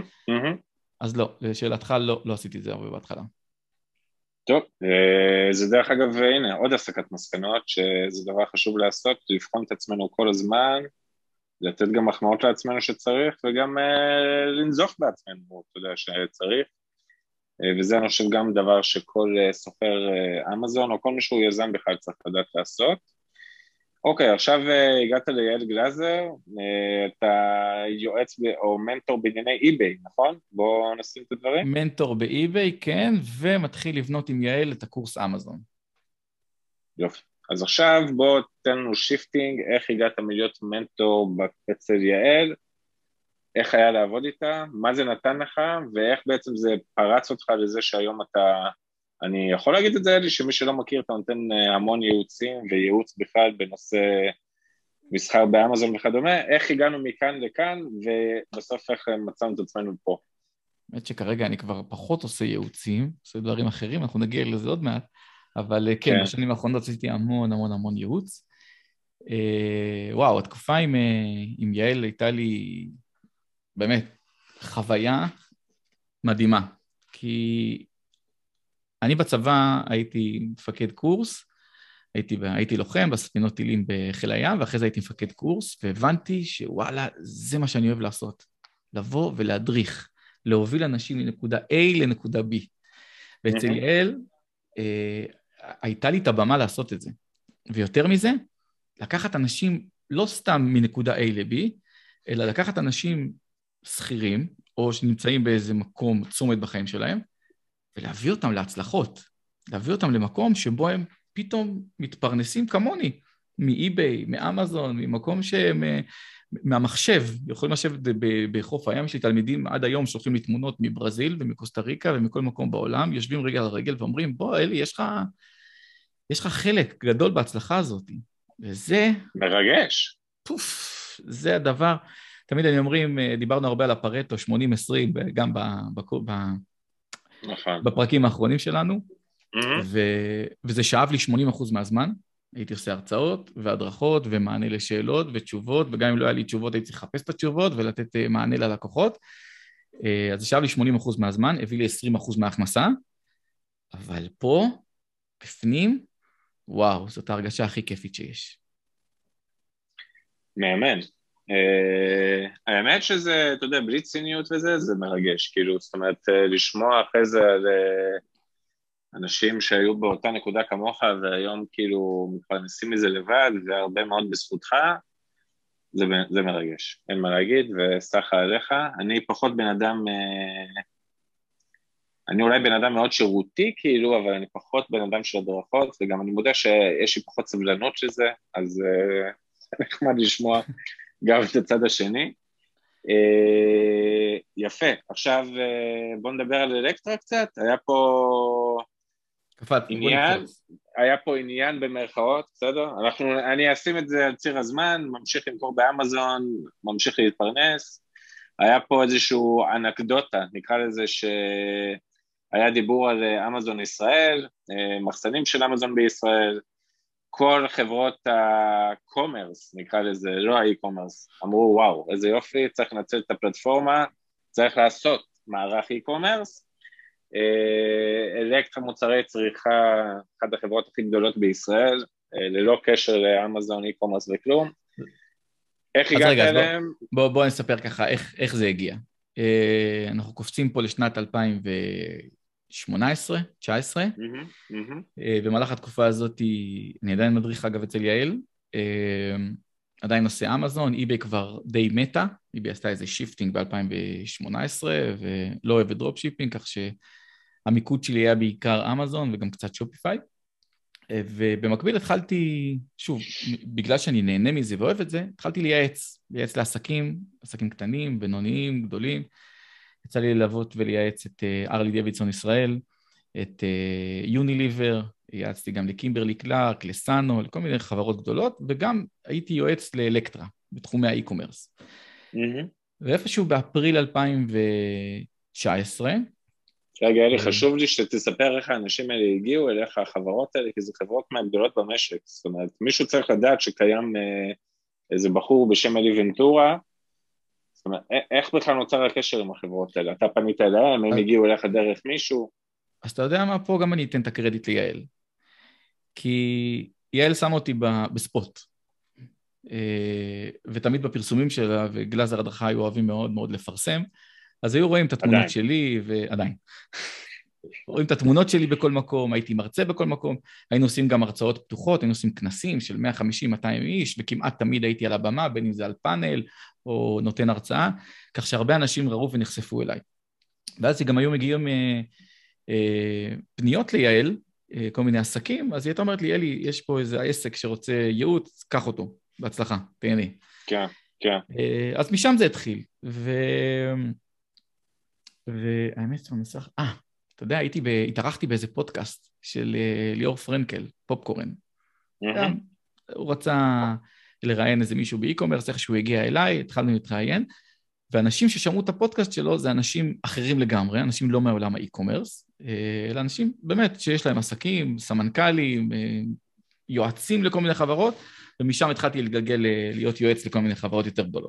אז לא, לשאלתך לא עשיתי את זה הרבה בהתחלה. טוב, זה דרך אגב, הנה, עוד הסקת מסקנות, שזה דבר חשוב לעשות, לבחון את עצמנו כל הזמן, לתת גם מחמאות לעצמנו שצריך, וגם לנזוף בעצמנו, אתה יודע שצריך, וזה אני חושב גם דבר שכל סופר אמזון, או כל מישהו יזם בכלל צריך לדעת לעשות. אוקיי, עכשיו הגעת ליעל גלזר, אתה יועץ או מנטור בענייני eBay, נכון? בוא נשים את הדברים. מנטור ב-eBay, כן, ומתחיל לבנות עם יעל את הקורס אמזון. יופי. אז עכשיו בוא תן לנו שיפטינג, איך הגעת מלהיות מנטור אצל יעל, איך היה לעבוד איתה, מה זה נתן לך, ואיך בעצם זה פרץ אותך לזה שהיום אתה, אני יכול להגיד את זה, אלי, שמי שלא מכיר, אתה נותן המון ייעוצים, וייעוץ בכלל בנושא מסחר באמזון וכדומה, איך הגענו מכאן לכאן, ובסוף איך מצאנו את עצמנו פה. באמת שכרגע אני כבר פחות עושה ייעוצים, עושה דברים אחרים, אנחנו נגיע לזה עוד מעט, אבל כן, בשנים האחרונות עשיתי המון ייעוץ. וואו, התקופה עם יעל הייתה לי באמת חוויה מדהימה, כי אני בצבא הייתי מפקד קורס, הייתי לוחם בספינות טילים בחיל הים, ואחרי זה הייתי מפקד קורס, והבנתי שוואלה, זה מה שאני אוהב לעשות, לבוא ולהדריך, להוביל אנשים לנקודה A לנקודה B. ואצל יעל, הייתה לי את הבמה לעשות את זה. ויותר מזה, לקחת אנשים לא סתם מנקודה A ל-B, אלא לקחת אנשים שכירים, או שנמצאים באיזה מקום צומת בחיים שלהם, ולהביא אותם להצלחות, להביא אותם למקום שבו הם פתאום מתפרנסים כמוני, מ-eBay, מאמזון, ממקום שהם, מהמחשב, יכולים לשבת בחוף הים, יש לי תלמידים עד היום שולחים לי תמונות מברזיל ומקוסטה ריקה ומכל מקום בעולם, יושבים רגל על רגל ואומרים, בוא אלי, יש לך חלק גדול בהצלחה הזאת, וזה... מרגש. פוף, זה הדבר, תמיד אני אומרים, דיברנו הרבה על הפרטו, 80-20, גם בפרקים האחרונים שלנו, וזה שאב לי 80% מהזמן, הייתי עושה הרצאות והדרכות ומענה לשאלות ותשובות, וגם אם לא היה לי תשובות הייתי צריך לחפש את התשובות ולתת מענה ללקוחות, אז זה שאב לי 80% מהזמן, הביא לי 20% מההכנסה, אבל פה, בפנים, וואו, זאת ההרגשה הכי כיפית שיש. מאמן. האמת שזה, אתה יודע, בלי ציניות וזה, זה מרגש, כאילו, זאת אומרת, לשמוע אחרי זה אנשים שהיו באותה נקודה כמוך, והיום כאילו מתפרנסים מזה לבד, והרבה מאוד בזכותך, זה מרגש. אין מה להגיד, וסחה עליך. אני פחות בן אדם, אני אולי בן אדם מאוד שירותי, כאילו, אבל אני פחות בן אדם של הדרכות, וגם אני מודה שיש לי פחות סבלנות לזה, אז זה נחמד לשמוע גם את הצד השני. יפה, עכשיו בוא נדבר על אלקטרה קצת, היה פה עניין במרכאות, בסדר? אני אשים את זה על ציר הזמן, ממשיך למכור באמזון, ממשיך להתפרנס, היה פה איזשהו אנקדוטה, נקרא לזה שהיה דיבור על אמזון ישראל, מחסנים של אמזון בישראל, כל חברות הקומרס, נקרא לזה, לא האי-קומרס, אמרו וואו, איזה יופי, צריך לנצל את הפלטפורמה, צריך לעשות מערך אי-קומרס, אלקטרה מוצרי צריכה, אחת החברות הכי גדולות בישראל, ללא קשר לאמזון, אי-קומרס וכלום. איך הגעת אליהם? בוא נספר ככה, איך זה הגיע. אנחנו קופצים פה לשנת 2018, 19, במהלך התקופה הזאת, אני עדיין מדריך אגב אצל יעל, עדיין עושה אמזון, eBay כבר די מתה, eBay עשתה איזה שיפטינג ב-2018, ולא אוהבת דרופשיפינג, כך שהמיקוד שלי היה בעיקר אמזון וגם קצת שופיפיי, ובמקביל התחלתי, שוב, בגלל שאני נהנה מזה ואוהב את זה, התחלתי לייעץ לעסקים, עסקים קטנים, בינוניים, גדולים, יצא לי ללוות ולייעץ את ארלי דוידסון ישראל, את יוניליבר, ייעצתי גם לקימברלי קלארק, לסאנו, לכל מיני חברות גדולות, וגם הייתי יועץ לאלקטרה, בתחומי האי-קומרס. ואיפשהו באפריל 2019, רגע, אלי, חשוב לי שתספר איך האנשים האלה הגיעו אליך, החברות האלה, כי זה חברות מהגדולות במשק, זאת אומרת, מישהו צריך לדעת שקיים איזה בחור בשם אלי ונטורה, זאת אומרת, איך בכלל נוצר הקשר עם החברות האלה? אתה פנית אליהם, הם הגיעו אליך דרך מישהו? אז אתה יודע מה, פה גם אני אתן את הקרדיט ליעל. כי יעל שמה אותי בספוט. ותמיד בפרסומים שלה, וגלזר הדרכה היו אוהבים מאוד מאוד לפרסם, אז היו רואים את התמונות שלי, ועדיין. רואים את התמונות שלי בכל מקום, הייתי מרצה בכל מקום, היינו עושים גם הרצאות פתוחות, היינו עושים כנסים של 150-200 איש, וכמעט תמיד הייתי על הבמה, בין אם זה על פאנל, או נותן הרצאה, כך שהרבה אנשים ראו ונחשפו אליי. ואז גם היו מגיעים פניות ליעל, כל מיני עסקים, אז היא הייתה אומרת לי, אלי, יש פה איזה עסק שרוצה ייעוץ, קח אותו, בהצלחה, תהנה. כן, כן. אז משם זה התחיל, והאמת שאני מסך, אתה יודע, התארחתי באיזה פודקאסט של ליאור פרנקל, פופקורן. הוא רצה לראיין איזה מישהו באי-קומרס, איך שהוא הגיע אליי, התחלנו להתראיין, ואנשים ששמעו את הפודקאסט שלו זה אנשים אחרים לגמרי, אנשים לא מעולם האי-קומרס, אלא אנשים באמת שיש להם עסקים, סמנכ"לים, יועצים לכל מיני חברות, ומשם התחלתי להתגלגל להיות יועץ לכל מיני חברות יותר גדולות.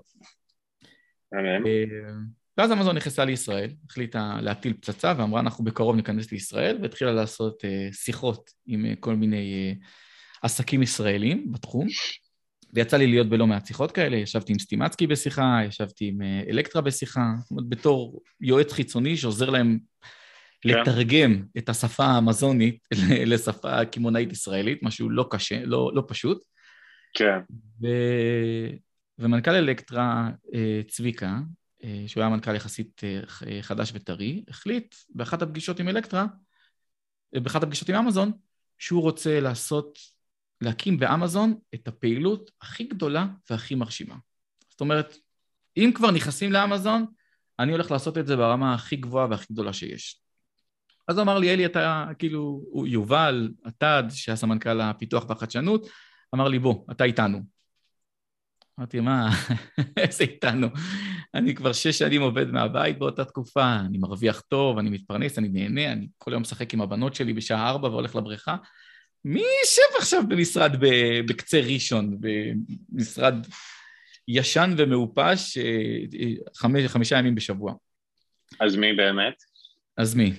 ואז אמזון נכנסה לישראל, החליטה להטיל פצצה, ואמרה אנחנו בקרוב ניכנס לישראל, והתחילה לעשות שיחות עם כל מיני עסקים ישראלים בתחום, ויצא לי להיות בלא מעט שיחות כאלה, ישבתי עם סטימצקי בשיחה, ישבתי עם אלקטרה בשיחה, זאת אומרת, בתור יועץ חיצוני שעוזר להם לתרגם את השפה האמזונית לשפה קימונאית ישראלית, משהו לא קשה, לא פשוט. כן. ומנכ"ל אלקטרה, צביקה, שהוא היה מנכ"ל יחסית חדש וטרי, החליט באחת הפגישות עם אלקטרה, באחת הפגישות עם אמזון, שהוא רוצה להקים באמזון את הפעילות הכי גדולה והכי מרשימה. זאת אומרת, אם כבר נכנסים לאמזון, אני הולך לעשות את זה ברמה הכי גבוהה והכי גדולה שיש. אז הוא אמר לי, אלי, אתה כאילו, יובל, התד, שהיה סמנכ"ל הפיתוח והחדשנות, אמר לי, בוא, אתה איתנו. אמרתי, מה, איזה איתנו? אני כבר 6 שנים עובד מהבית באותה תקופה, אני מרוויח טוב, אני מתפרנס, אני נהנה, אני כל יום משחק עם הבנות שלי בשעה 4 והולך לבריכה. מי יושב עכשיו במשרד בקצה ראשון, במשרד ישן ומאופש, 5 ימים בשבוע? אז מי באמת? אז מי?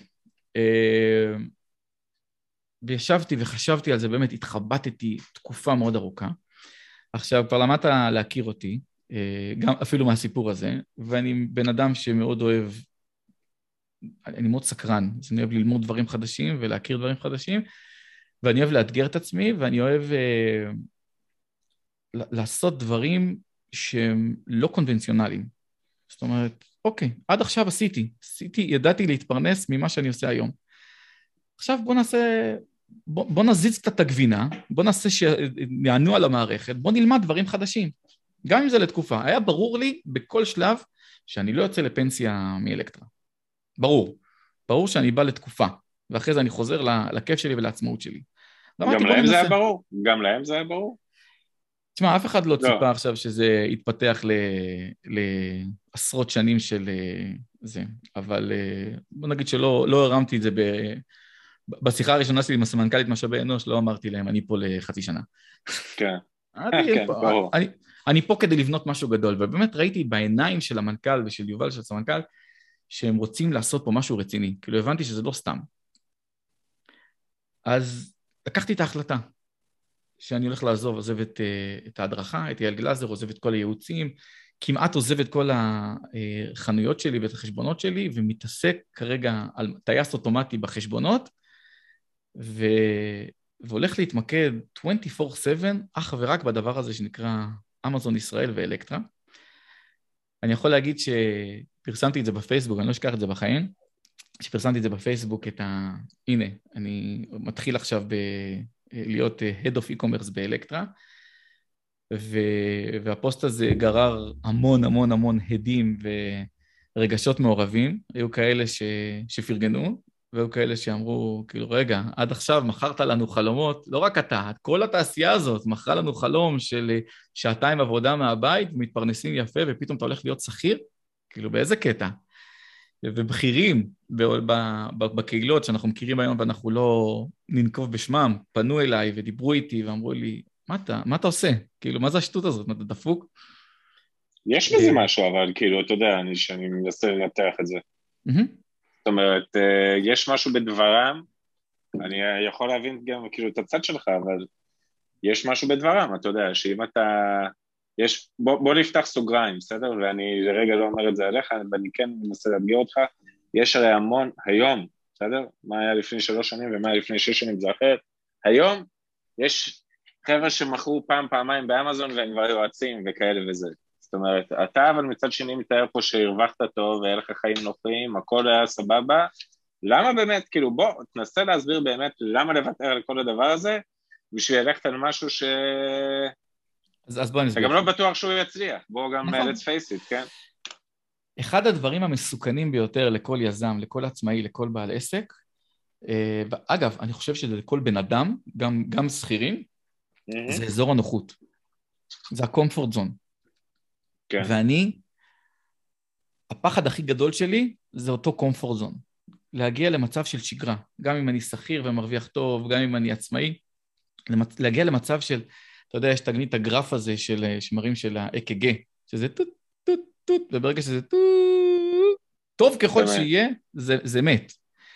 וישבתי וחשבתי על זה, באמת התחבטתי תקופה מאוד ארוכה. עכשיו, כבר למדת להכיר אותי, גם אפילו מהסיפור הזה, ואני בן אדם שמאוד אוהב אני מאוד סקרן, אז אני אוהב ללמוד דברים חדשים ולהכיר דברים חדשים, ואני אוהב לאתגר את עצמי, ואני אוהב לעשות דברים שהם לא קונבנציונליים. זאת אומרת, אוקיי, עד עכשיו ידעתי להתפרנס ממה שאני עושה היום. עכשיו בוא נזיז קצת את הגבינה, בוא נעשה שיענו על המערכת, בוא נלמד דברים חדשים. גם אם זה לתקופה. היה ברור לי בכל שלב שאני לא יוצא לפנסיה מאלקטרה. ברור שאני בא לתקופה, ואחרי זה אני חוזר לכיף שלי ולעצמאות שלי. גם להם זה היה ברור? גם להם זה היה ברור? תשמע, אף אחד לא ציפה עכשיו שזה יתפתח לעשרות שנים של זה, אבל בוא נגיד שלא הרמתי את זה בשיחה הראשונה שלי עם הסמנכ"לית משאבי אנוש, לא אמרתי להם, אני פה לחצי שנה. כן, ברור. אני פה כדי לבנות משהו גדול, ובאמת ראיתי בעיניים של המנכ"ל ושל יובל של הסמנכ"ל, שהם רוצים לעשות פה משהו רציני, כאילו הבנתי שזה לא סתם. אז לקחתי את ההחלטה, שאני הולך לעזוב, עוזב את ההדרכה, את יעל גלזר, עוזב את כל הייעוצים, כמעט עוזב את כל החנויות שלי ואת החשבונות שלי, ומתעסק כרגע על טייס אוטומטי בחשבונות, והולך להתמקד 24/7, אך ורק בדבר הזה שנקרא אמזון ישראל ואלקטרה. אני יכול להגיד שפרסמתי את זה בפייסבוק, אני לא אשכח את זה בחיים, שפרסמתי את זה בפייסבוק הנה, אני מתחיל עכשיו להיות Head of E-Commerce באלקטרה, והפוסט הזה גרר המון הדים ורגשות מעורבים, היו כאלה שפרגנו, והיו כאלה שאמרו, כאילו, רגע, עד עכשיו מכרת לנו חלומות, לא רק אתה, כל התעשייה הזאת מכרה לנו חלום של שעתיים עבודה מהבית, ומתפרנסים יפה, ופתאום אתה הולך להיות שכיר? כאילו, באיזה קטע? ובכירים בקהילות שאנחנו מכירים היום, ואנחנו לא ננקוב בשמם, פנו אליי ודיברו איתי, ואמרו לי, מה אתה עושה? כאילו, מה זה השטות הזאת? מה אתה דפוק? יש בזה משהו, אבל כאילו, אתה יודע, שאני מנסה לנתח את זה. זאת אומרת, יש משהו בדברם, אני יכול להבין גם כאילו את הצד שלך, אבל יש משהו בדברם, אתה יודע, שאם אתה, בוא נפתח סוגריים, בסדר? ואני לרגע לא אומר את זה עליך, ואני כן מנסה להדגיר אותך, יש הרי המון, היום, בסדר? מה היה לפני 3 שנים ומה היה לפני 6 שנים, זה אחרת. היום יש חבר'ה שמכרו פעמיים באמזון והם כבר יועצים וכאלה וזה. זאת אומרת, אתה אבל מצד שני מתאר פה שהרווחת טוב והיה לך חיים נוחים, הכל היה סבבה, למה באמת, כאילו בוא, תנסה להסביר באמת למה לוותר על כל הדבר הזה, בשביל ללכת על משהו ש... אז בוא נסביר. אתה גם לא בטוח שהוא יצליח, בוא גם let's face it, כן? אחד הדברים המסוכנים ביותר לכל יזם, לכל עצמאי, לכל בעל עסק, אגב, אני חושב שזה לכל בן אדם, גם שכירים, זה אזור הנוחות. זה ה-comfort zone. כן. ואני, הפחד הכי גדול שלי זה אותו comfort zone. להגיע למצב של שגרה, גם אם אני שכיר ומרוויח טוב, גם אם אני עצמאי, להגיע למצב של, אתה יודע, יש תגנית הגרף הזה של שמרים של ה-EKG, שזה טוט, טוט, טוט, וברגע שזה טוט, טוב ככל שיהיה, זה מת.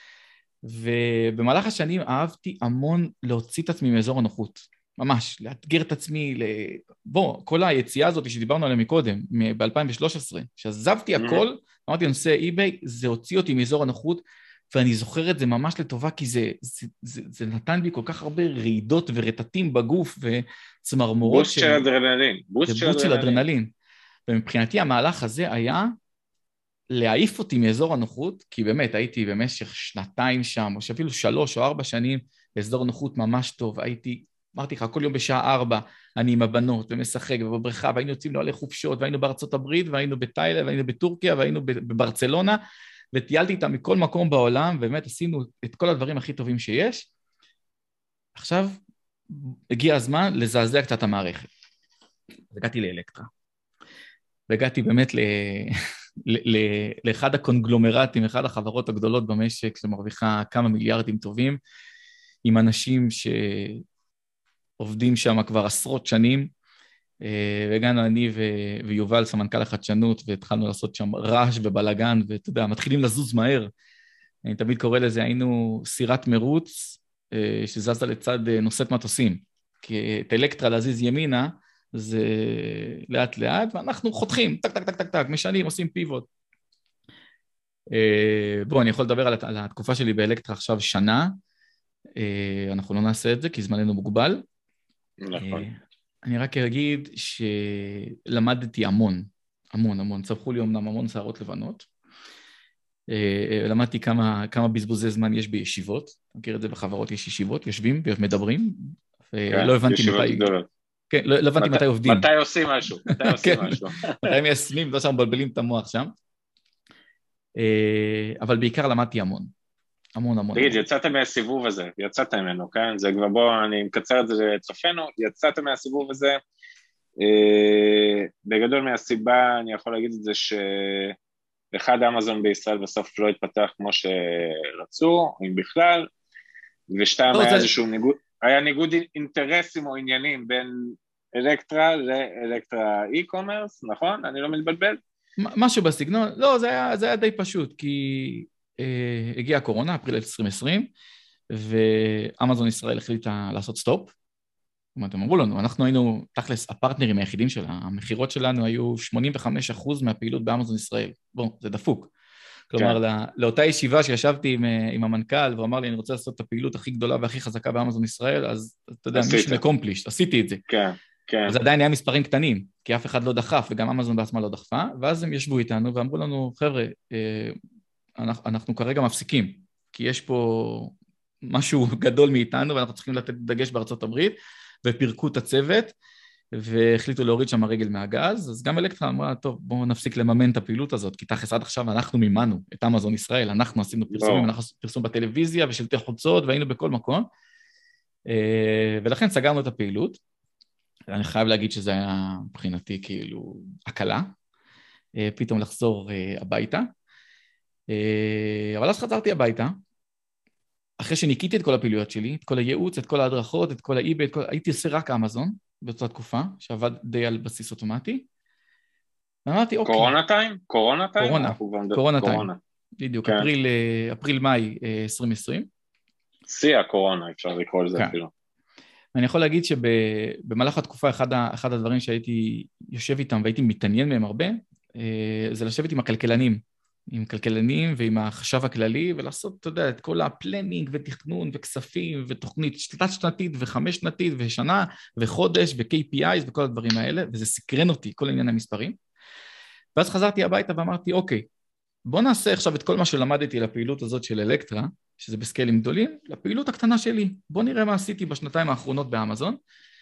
ובמהלך השנים אהבתי המון להוציא את עצמי מאזור הנוחות. ממש, לאתגר את עצמי, כל היציאה הזאת שדיברנו עליה מקודם, ב-2013, שעזבתי הכל, אמרתי, נושא eBay, זה הוציא אותי מאזור הנוחות, ואני זוכר את זה ממש לטובה, כי זה נתן לי כל כך הרבה רעידות ורטטים בגוף, וצמרמורות. בוסט של אדרנלין. בוסט של אדרנלין. ומבחינתי המהלך הזה היה להעיף אותי מאזור הנוחות, כי באמת הייתי במשך 2 שם, או שאפילו 3 או 4 שנים, באזור נוחות ממש טוב, אמרתי לך, כל יום בשעה 4, אני עם הבנות ומשחק ובבריכה, והיינו יוצאים לעלי חופשות, והיינו בארצות הברית, והיינו בתאילנד, והיינו בטורקיה, והיינו בברצלונה, וטיילתי איתם מכל מקום בעולם, ובאמת עשינו את כל הדברים הכי טובים שיש. עכשיו, הגיע הזמן לזעזע קצת המערכת. הגעתי לאלקטרה. והגעתי באמת לאחד הקונגלומרטים, אחד החברות הגדולות במשק, שמרוויחה כמה מיליארדים טובים, עם אנשים שעובדים שם כבר עשרות שנים, והגענו אני ויובל, סמנכ"ל החדשנות, והתחלנו לעשות שם רעש ובלגן, ואתה יודע, מתחילים לזוז מהר. אני תמיד קורא לזה, היינו סירת מרוץ, שזזה לצד נושאת מטוסים, כי את אלקטרה להזיז ימינה, זה לאט לאט, ואנחנו חותכים, טק, טק, טק, טק, טק, משנים, עושים פיבוט. בוא, אני יכול לדבר על התקופה שלי באלקטרה עכשיו שנה, אנחנו לא נעשה את זה כי זמננו מוגבל. נכון. אני רק אגיד שלמדתי המון, המון, המון, צמחו לי אמנם המון שערות לבנות. למדתי כמה בזבוזי זמן יש בישיבות, מכיר את זה בחברות, יש ישיבות, יושבים ומדברים, ולא הבנתי מתי... כן, לא הבנתי מתי עובדים. מתי עושים משהו, מתי מיישמים, לא שם מבלבלים את המוח שם. אבל בעיקר למדתי המון. המון, המון. תגיד, יצאתם מהסיבוב הזה, יצאתם ממנו, כן? זה כבר בוא, אני מקצר את זה לצופנו, יצאתם מהסיבוב הזה, בגדול מהסיבה, אני יכול להגיד את זה שאחד אמזון בישראל בסוף לא התפתח כמו שרצו, אם בכלל, ושתיים היה איזשהו ניגוד אינטרסים או עניינים בין אלקטרה לאלקטרה אי-קומרס, נכון? אני לא מתבלבל? משהו בסגנון, לא, זה היה די פשוט, כי הגיעה הקורונה, אפריל 2020, ואמזון ישראל החליטה לעשות סטופ. זאת אומרת, הם אמרו לנו, אנחנו היינו, תכלס, הפרטנרים היחידים שלה, המחירות שלנו היו 85% מהפעילות באמזון ישראל. בוא, זה דפוק. כלומר, לאותה ישיבה שישבתי עם המנכ"ל, והוא אמר לי, אני רוצה לעשות את הפעילות הכי גדולה והכי חזקה באמזון ישראל, אז אתה יודע, מישהו accomplished, עשיתי את זה. כן, כן. אז עדיין היה מספרים קטנים, כי אף אחד לא דחף, וגם אמזון בעצמה לא דחפה, ואז הם ישבו איתנו ואמרו לנו, חבר'ה, אנחנו כרגע מפסיקים, כי יש פה משהו גדול מאיתנו, ואנחנו צריכים לתת דגש בארצות הברית, ופירקו את הצוות, והחליטו להוריד שם הרגל מהגז, אז גם אלקטרה אמרה, טוב, בואו נפסיק לממן את הפעילות הזאת, כי תכף עד עכשיו אנחנו מימנו את אמזון ישראל, אנחנו עשינו פרסומים, אנחנו עשינו פרסום בטלוויזיה, ושלטי חוצות, והיינו בכל מקום, ולכן סגרנו את הפעילות, אני חייב להגיד שזה היה מבחינתי כאילו הקלה, פתאום לחזור הביתה, אבל אז חזרתי הביתה, אחרי שניקיתי את כל הפעילויות שלי, את כל הייעוץ, את כל ההדרכות, את כל האי-ביי, הייתי עושה רק אמזון, באותה תקופה, שעבד די על בסיס אוטומטי, ואמרתי, אוקיי. קורונה טיים? קורונה טיים? קורונה טיים, בדיוק, אפריל-מאי 2020. שיא הקורונה, אפשר לקרוא לזה אפילו. אני יכול להגיד שבמהלך התקופה, אחד הדברים שהייתי יושב איתם והייתי מתעניין מהם הרבה, זה לשבת עם הכלכלנים, עם כלכלנים ועם החשב הכללי, ולעשות, אתה יודע, את כל הפלנינג ותכנון וכספים ותוכנית שנתית וחמש שנתית ושנה וחודש ו-KPIs וכל הדברים האלה, וזה סקרן אותי, כל עניין המספרים. ואז חזרתי הביתה ואמרתי, אוקיי, בוא נעשה עכשיו את כל מה שלמדתי לפעילות הזאת של אלקטרה, שזה בסקיילים גדולים, לפעילות הקטנה שלי. בוא נראה מה עשיתי בשנתיים האחרונות באמזון,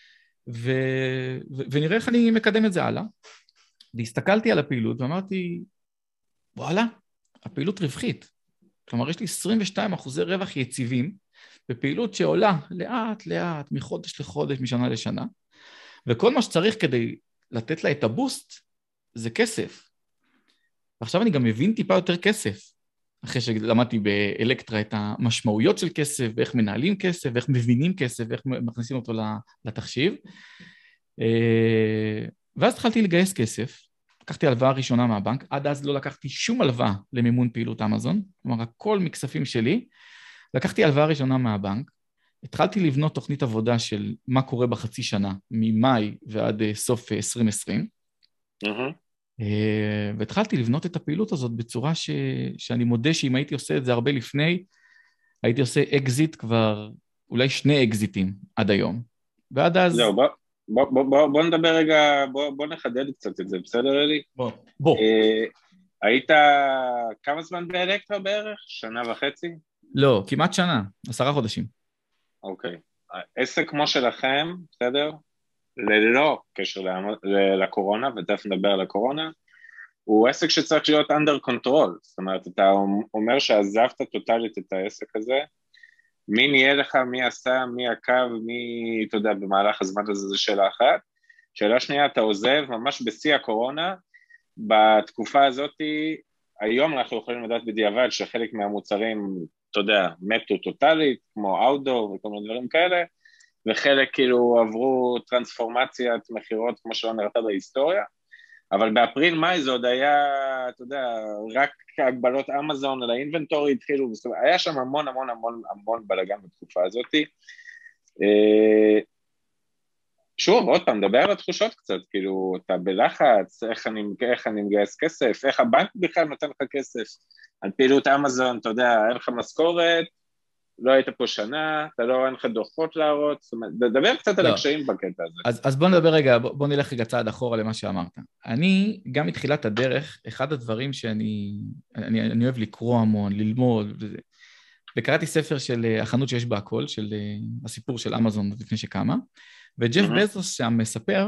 ונראה איך אני מקדם את זה הלאה. והסתכלתי על הפעילות ואמרתי, וואלה, הפעילות רווחית. כלומר, יש לי 22% רווח יציבים, בפעילות שעולה לאט לאט, מחודש לחודש, משנה לשנה, וכל מה שצריך כדי לתת לה את הבוסט, זה כסף. ועכשיו אני גם מבין טיפה יותר כסף, אחרי שלמדתי באלקטרה את המשמעויות של כסף, ואיך מנהלים כסף, ואיך מבינים כסף, ואיך מכניסים אותו לתחשיב. ואז התחלתי לגייס כסף, לקחתי הלוואה ראשונה מהבנק, עד אז לא לקחתי שום הלוואה למימון פעילות אמזון, כלומר, הכל מכספים שלי, לקחתי הלוואה ראשונה מהבנק, התחלתי לבנות תוכנית עבודה של מה קורה בחצי שנה, ממאי ועד סוף 2020, והתחלתי לבנות את הפעילות הזאת בצורה שאני מודה שאם הייתי עושה את זה הרבה לפני, הייתי עושה אקזיט כבר, אולי 2 אקזיטים עד היום. ועד אז... זהו, בוא נדבר רגע, בוא נחדד קצת את זה, בסדר אלי? בוא. היית כמה זמן באלקטרה בערך? 1.5 שנה? לא, כמעט שנה, 10 חודשים. אוקיי. עסק כמו שלכם, בסדר? ללא קשר לקורונה, ותכף נדבר על הקורונה, הוא עסק שצריך להיות under control, זאת אומרת, אתה אומר שעזבת טוטלית את העסק הזה, מי נהיה לך, מי עשה, מי עקב, מי, אתה יודע, במהלך הזמן הזה זו שאלה אחת. שאלה שנייה, אתה עוזב ממש בשיא הקורונה, בתקופה הזאת, היום אנחנו יכולים לדעת בדיעבד שחלק מהמוצרים, אתה יודע, מתו טוטלית, כמו אאוטדור וכל מיני דברים כאלה, וחלק כאילו עברו טרנספורמציית מחירות כמו שלא נראתה בהיסטוריה, אבל באפריל-מאי זה עוד היה, אתה יודע, רק הגבלות אמזון על האינבנטורי התחילו, היה שם המון המון המון המון בלגן בתקופה הזאת. שוב, עוד פעם, דבר על התחושות קצת, כאילו, אתה בלחץ, איך אני מגייס כסף, איך הבנק בכלל נותן לך כסף, על פעילות אמזון, אתה יודע, אין לך משכורת, לא היית פה שנה, אין לך דוחות להראות, זאת אומרת, דבר קצת על הקשיים בקטע הזה. אז בוא נדבר רגע, בוא נלך רגע צעד אחורה למה שאמרת. אני, גם מתחילת הדרך, אחד הדברים שאני אוהב לקרוא המון, ללמוד, וקראתי ספר של החנות שיש בה הכל, של הסיפור של אמזון לפני שקמה, וג'ף בזוס שם מספר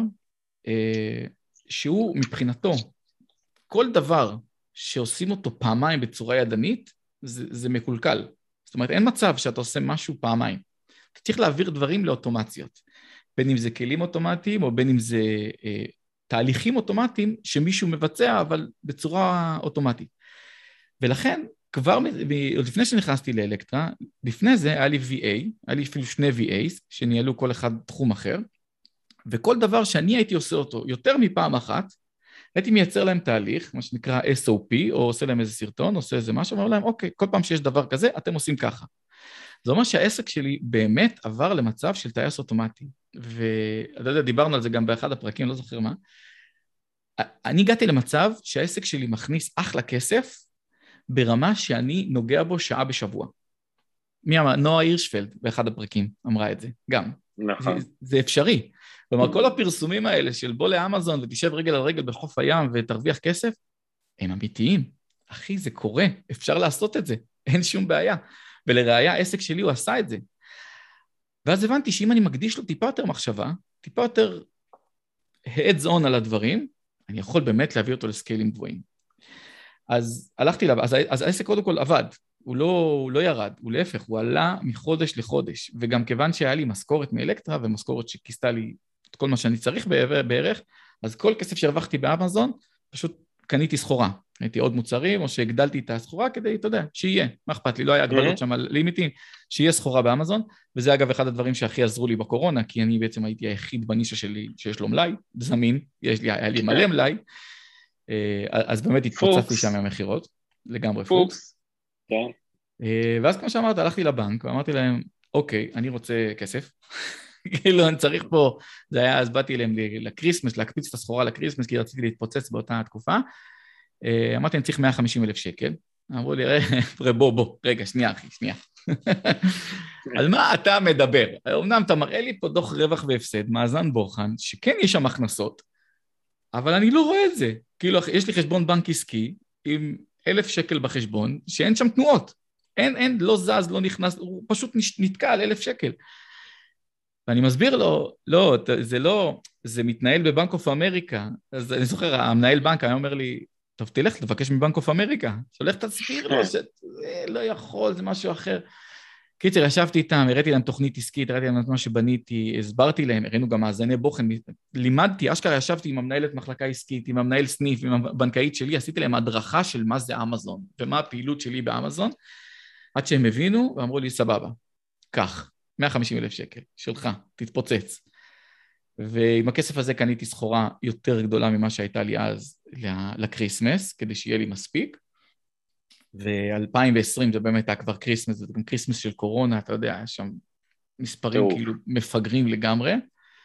שהוא מבחינתו, כל דבר שעושים אותו פעמיים בצורה ידנית, זה מקולקל. זאת אומרת, אין מצב שאתה עושה משהו פעמיים. אתה צריך להעביר דברים לאוטומציות. בין אם זה כלים אוטומטיים, או בין אם זה תהליכים אוטומטיים שמישהו מבצע, אבל בצורה אוטומטית. ולכן, כבר עוד לפני שנכנסתי לאלקטרה, לפני זה היה לי VA, היה לי אפילו שני VAs, שניהלו כל אחד תחום אחר, וכל דבר שאני הייתי עושה אותו יותר מפעם אחת, הייתי מייצר להם תהליך, מה שנקרא SOP, או עושה להם איזה סרטון, עושה איזה משהו, ואומר להם, אוקיי, כל פעם שיש דבר כזה, אתם עושים ככה. זה אומר שהעסק שלי באמת עבר למצב של טייס אוטומטי, ואתה יודע, דיברנו על זה גם באחד הפרקים, לא זוכר מה, אני הגעתי למצב שהעסק שלי מכניס אחלה כסף, ברמה שאני נוגע בו שעה בשבוע. מי אמר? נועה הירשפלד, באחד הפרקים, אמרה את זה, גם. נכון. זה אפשרי. כלומר, כל הפרסומים האלה של בוא לאמזון ותשב רגל על רגל בחוף הים ותרוויח כסף, הם אמיתיים. אחי, זה קורה, אפשר לעשות את זה, אין שום בעיה. ולראיה, העסק שלי הוא עשה את זה. ואז הבנתי שאם אני מקדיש לו טיפה יותר מחשבה, טיפה יותר heads on על הדברים, אני יכול באמת להביא אותו לסקיילים גבוהים. אז הלכתי לה, אז העסק קודם כל עבד, הוא לא ירד, הוא להפך, הוא עלה מחודש לחודש, וגם כיוון שהיה לי משכורת מאלקטרה, ומשכורת שכיסתה לי את כל מה שאני צריך בערך, אז כל כסף שהרווחתי באמזון, פשוט קניתי סחורה, הייתי עוד מוצרים, או שהגדלתי את הסחורה כדי, אתה יודע, שיהיה, מה אכפת לי, לא היה הגבלות שם על לימיטים, שיהיה סחורה באמזון, וזה אגב אחד הדברים שהכי עזרו לי בקורונה, כי אני בעצם הייתי היחיד בנישה שלי שיש לו מלאי, זמין, היה לי מלא מלאי, אז באמת התפוצצתי שם מהמחירות, לגמרי פוקס. ואז כמו שאמרת, הלכתי לבנק, ואמרתי להם, אוקיי, אני רוצה כסף, כאילו אני צריך פה, זה היה, אז באתי אליהם לקריסמס, להקפיץ את הסחורה לקריסמס, כי רציתי להתפוצץ באותה תקופה, אמרתי, אני צריך 150,000 שקל, אמרו לי, בוא, רגע, שנייה אחי, שנייה. על מה אתה מדבר? אמנם אתה מראה לי פה דוח רווח והפסד, מאזן בוחן, שכן יש שם הכנסות, אבל אני לא רואה את זה. כאילו, יש לי חשבון בנק עסקי, עם 1,000 שקל בחשבון, שאין שם תנועות. אין, לא זז, לא נכנס, הוא פשוט נתקע על 1,000 שקל. ואני מסביר לו, לא, זה לא, זה מתנהל בבנק אוף אמריקה. אז אני זוכר, המנהל בנק היה אומר לי, טוב, תלך, תבקש מבנק אוף אמריקה. שהולך תסביר לו, שזה לא יכול, זה משהו אחר. קיצר, ישבתי איתם, הראיתי להם תוכנית עסקית, הראיתי להם את מה שבניתי, הסברתי להם, הראינו גם מאזני בוחן, לימדתי, אשכרה ישבתי עם המנהלת מחלקה עסקית, עם המנהל סניף, עם הבנקאית שלי, עשיתי להם הדרכה של מה זה אמזון, ומה הפעילות שלי באמזון, עד שהם הבינו ואמרו לי, סבבה, קח, 150,000 שקל, שלך, תתפוצץ. ועם הכסף הזה קניתי סחורה יותר גדולה ממה שהייתה לי אז לקריסמס, כדי שיהיה לי מספיק, ו-2020 זה באמת היה כבר קריסמס, זה גם קריסמס של קורונה, אתה יודע, היה שם מספרים כאילו מפגרים לגמרי,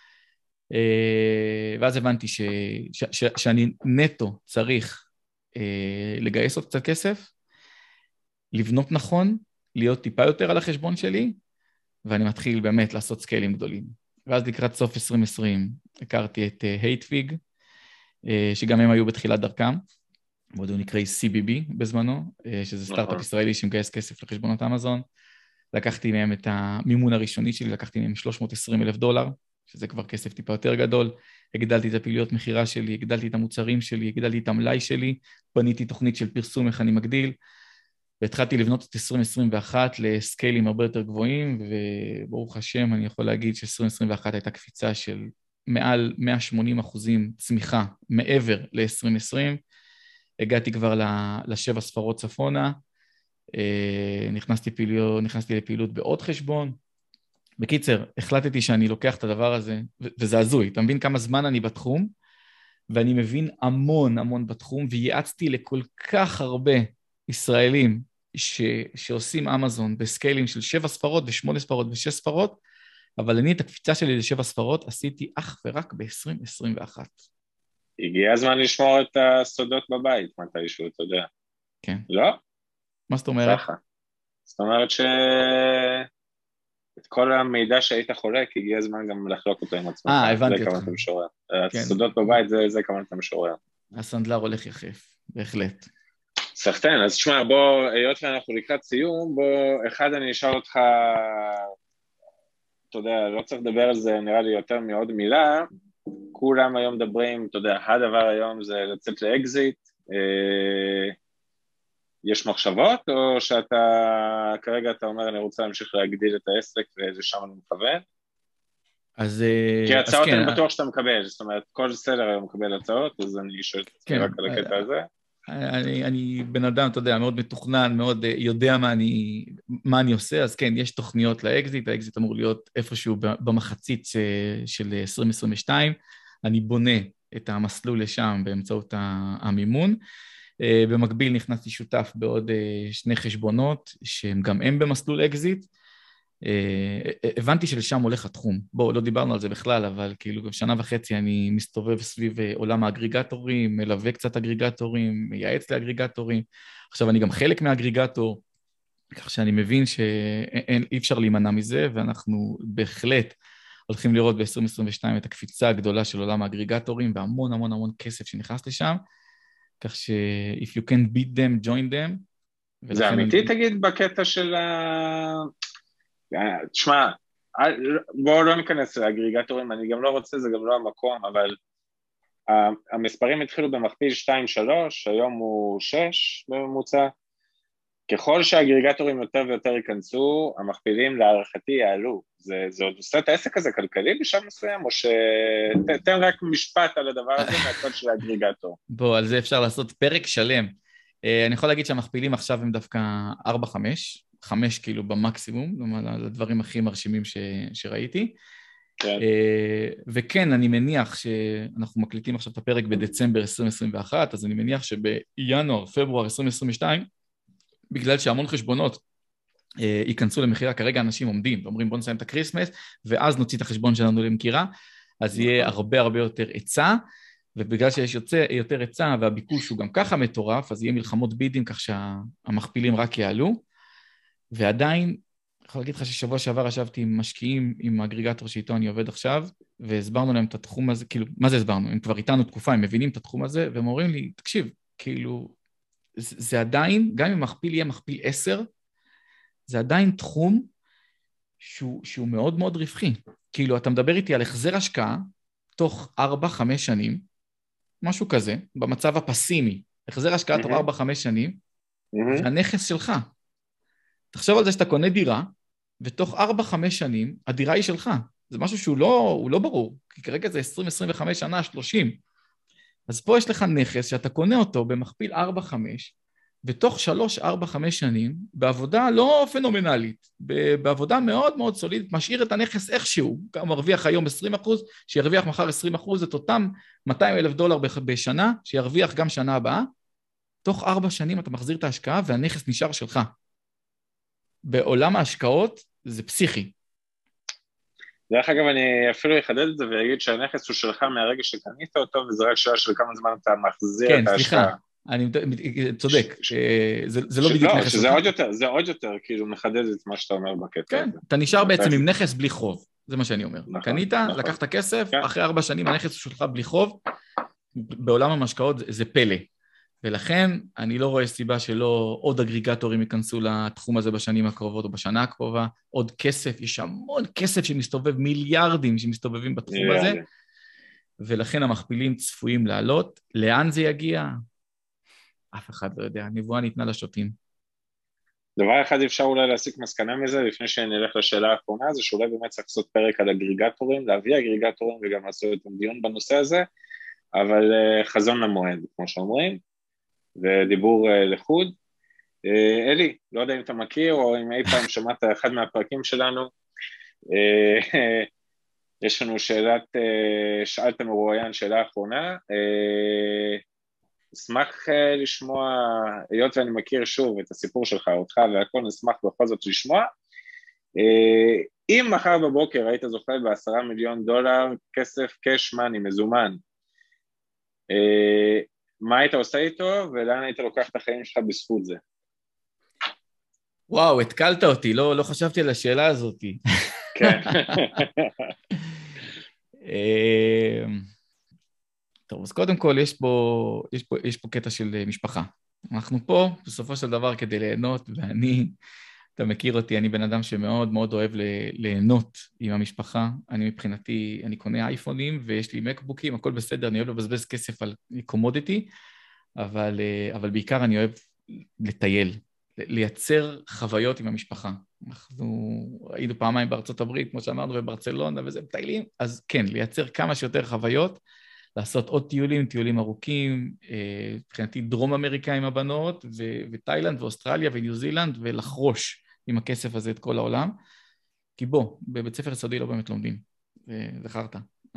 ואז הבנתי שאני נטו צריך לגייס עוד קצת כסף, לבנות נכון, להיות טיפה יותר על החשבון שלי, ואני מתחיל באמת לעשות סקיילים גדולים. ואז לקראת סוף 2020 הכרתי את הייטוויג, שגם הם היו בתחילת דרכם, ועוד הוא נקרא CBB בזמנו, שזה סטארט-אפ ישראלי שמגייס כסף לחשבונות אמזון. לקחתי מהם את המימון הראשוני שלי, לקחתי מהם $320,000, שזה כבר כסף טיפה יותר גדול. הגדלתי את הפעילויות מחירה שלי, הגדלתי את המוצרים שלי, הגדלתי את המלאי שלי, בניתי תוכנית של פרסום איך אני מגדיל, והתחלתי לבנות את 2021 לסקיילים הרבה יותר גבוהים, וברוך השם אני יכול להגיד ש-2021 הייתה קפיצה של מעל 180% צמיחה מעבר ל-2020, הגעתי כבר לשבע ספרות צפונה, נכנסתי לפעילות בעוד חשבון. בקיצר, החלטתי שאני לוקח את הדבר הזה, וזה הזוי, אתה מבין כמה זמן אני בתחום, ואני מבין המון בתחום, וייעצתי לכל כך הרבה ישראלים שעושים אמזון בסקיילים של 7 ספרות ו8 ספרות ו6 ספרות, אבל אני את הקפיצה שלי ל7 ספרות עשיתי אך ורק ב-2021. הגיע הזמן לשמור את הסודות בבית, מתישהו, אתה יודע. כן. לא? מה זאת אומרת? ככה. זאת אומרת את כל המידע שהיית חולק, הגיע הזמן גם לחלוק אותו עם עצמך. הבנתי זה אותך. כוונת המשורר. כן. הסודות בבית זה כוונת המשורר. הסנדלר הולך יחף, בהחלט. סחטן, אז תשמע, בוא, היות ואנחנו לקראת סיום, בוא, אחד אני אשאל אותך, אתה יודע, לא צריך לדבר על זה נראה לי יותר מעוד מילה, כולם היום מדברים, אתה יודע, הדבר היום זה לצאת לאקזיט, יש מחשבות, או שאתה, כרגע אתה אומר, אני רוצה להמשיך להגדיל את העסק, ולשם אני מכוון? כי הצעות כן, אני בטוח שאתה מקבל, זאת אומרת, כל סלר היום מקבל הצעות, אז אני שואל כן, רק על הקטע הזה. אני בן אדם, אתה יודע, מאוד מתוכנן, מאוד יודע מה אני עושה, אז כן, יש תוכניות לאקזיט, האקזיט אמור להיות איפשהו במחצית של 2022, אני בונה את המסלול לשם באמצעות המימון, במקביל נכנסתי שותף בעוד 2 חשבונות, שהם גם הם במסלול אקזיט, הבנתי שלשם הולך התחום, בואו, לא דיברנו על זה בכלל, אבל כאילו גם 1.5 שנה אני מסתובב סביב עולם האגריגטורים, מלווה קצת אגריגטורים, מייעץ לאגריגטורים, עכשיו אני גם חלק מהאגריגטור, כך שאני מבין שאי אפשר להימנע מזה, ואנחנו בהחלט הולכים לראות ב-2022 את הקפיצה הגדולה של עולם האגריגטורים, והמון המון המון כסף שנכנס לשם, כך ש- if you can beat them, join them. זה אמיתי תגיד בקטע של תשמע, בואו לא ניכנס לאגריגטורים, אני גם לא רוצה, זה גם לא המקום, אבל המספרים התחילו במכפיל 2-3, היום הוא 6 בממוצע, ככל שהאגריגטורים יותר ויותר ייכנסו, המכפילים להערכתי יעלו, זה עוד עושה את העסק הזה כלכלי בשם מסוים, או שתן רק משפט על הדבר הזה מהצד של האגריגטור. בוא, על זה אפשר לעשות פרק שלם. אני יכול להגיד שהמכפילים עכשיו הם דווקא 4-5, 5 כאילו במקסימום, לדברים הכי מרשימים שראיתי. כן. וכן, אני מניח שאנחנו מקליטים עכשיו את הפרק בדצמבר 2021, אז אני מניח שבינואר, פברואר 2022, בגלל שהמון חשבונות ייכנסו למחירה, כרגע אנשים עומדים ואומרים בוא נסיים את הקריסמס, ואז נוציא את החשבון שלנו למכירה, אז יהיה הרבה הרבה יותר היצע, ובגלל שיש יותר היצע והביקוש הוא גם ככה מטורף, אז יהיה מלחמות בידים כך שהמכפילים רק יעלו, ועדיין, אני יכול להגיד לך ששבוע שעבר ישבתי עם משקיעים, עם האגריגטור שאיתו אני עובד עכשיו, והסברנו להם את התחום הזה, כאילו, מה זה הסברנו? הם כבר איתנו תקופה, הם מבינים את התחום הזה, והם אומרים לי, תקשיב, כאילו, זה עדיין, גם אם מכפיל יהיה מכפיל 10, זה עדיין תחום שהוא מאוד מאוד רווחי. כאילו, אתה מדבר איתי על החזר השקעה, תוך 4-5 שנים, משהו כזה, במצב הפסימי, החזר השקעה תוך 4-5 שנים, והנכס שלך. תחשוב על זה שאתה קונה דירה, ותוך 4-5 שנים, הדירה היא שלך. זה משהו שהוא לא ברור, כי כרגע זה 20-25 שנה, 30. אז פה יש לך נכס שאתה קונה אותו במכפיל 4-5, ותוך 3-4-5 שנים, בעבודה לא פנומנלית, בעבודה מאוד מאוד סולידית, משאיר את הנכס איכשהו, גם מרוויח היום 20%, שירוויח מחר 20%, את אותם $200,000 בשנה, שירוויח גם שנה הבאה, תוך 4 שנים אתה מחזיר את ההשקעה, והנכס נשאר שלך. בעולם ההשקעות זה פסיכי. דרך אגב, אני אפילו אחדד את זה ואגיד שהנכס הוא שלך מהרגע שקנית אותו, וזה רק שאלה של כמה זמן אתה מחזיר את ההשקעה. כן, סליחה, אני צודק, זה לא בדיוק נכס. זה עוד יותר, כאילו מחדד את מה שאתה אומר בקטע. כן, אתה נשאר בעצם עם נכס בלי חוב, זה מה שאני אומר. קנית, לקחת כסף, אחרי 4 שנים הנכס הוא שלך בלי חוב, בעולם המשקעות זה פלא. ולכן אני לא רואה סיבה שלא עוד אגריגטורים ייכנסו לתחום הזה בשנים הקרובות או בשנה הקרובה, עוד כסף, יש המון כסף שמסתובב, מיליארדים שמסתובבים בתחום הזה, ולכן המכפילים צפויים לעלות. לאן זה יגיע? אף אחד לא יודע, הנבואה ניתנה לשוטים. דבר אחד אפשר אולי להסיק מסקנה מזה, לפני שנלך לשאלה האחרונה, זה שאולי באמת צריך לעשות פרק על אגריגטורים, להביא אגריגטורים וגם לעשות את הדיון בנושא הזה, אבל חזון למועד, כמו שאומרים. ודיבור לחוד. אלי, לא יודע אם אתה מכיר, או אם אי פעם שמעת אחד מהפרקים שלנו, יש לנו שאלת מרואיין, שאלה האחרונה, אשמח לשמוע, היות ואני מכיר שוב את הסיפור שלך, אותך והכל, נשמח בכל זאת לשמוע, אם מחר בבוקר היית זוכה ב$10 מיליון, כסף קש מאני, מזומן, מה היית עושה איתו, ולאן היית לוקח את החיים שלך בזכות זה? וואו, התקלת אותי, לא חשבתי על השאלה הזאת. כן. טוב, אז קודם כל יש פה קטע של משפחה. אנחנו פה בסופו של דבר כדי ליהנות, אתה מכיר אותי, אני בן אדם שמאוד מאוד אוהב ליהנות עם המשפחה. אני מבחינתי, אני קונה אייפונים ויש לי מקבוקים, הכל בסדר, אני אוהב לבזבז כסף על קומודיטי, אבל בעיקר אני אוהב לטייל, לייצר חוויות עם המשפחה. אנחנו היינו פעמיים בארצות הברית, כמו שאמרנו, בברצלונה וזה, מטיילים, אז כן, לייצר כמה שיותר חוויות, לעשות עוד טיולים ארוכים, מבחינתי דרום אמריקה עם הבנות, ותאילנד ואוסטרליה וניו זילנד, ולחרוש עם הכסף הזה את כל העולם, כי בבית ספר יסודי לא באמת לומדים, זכרת.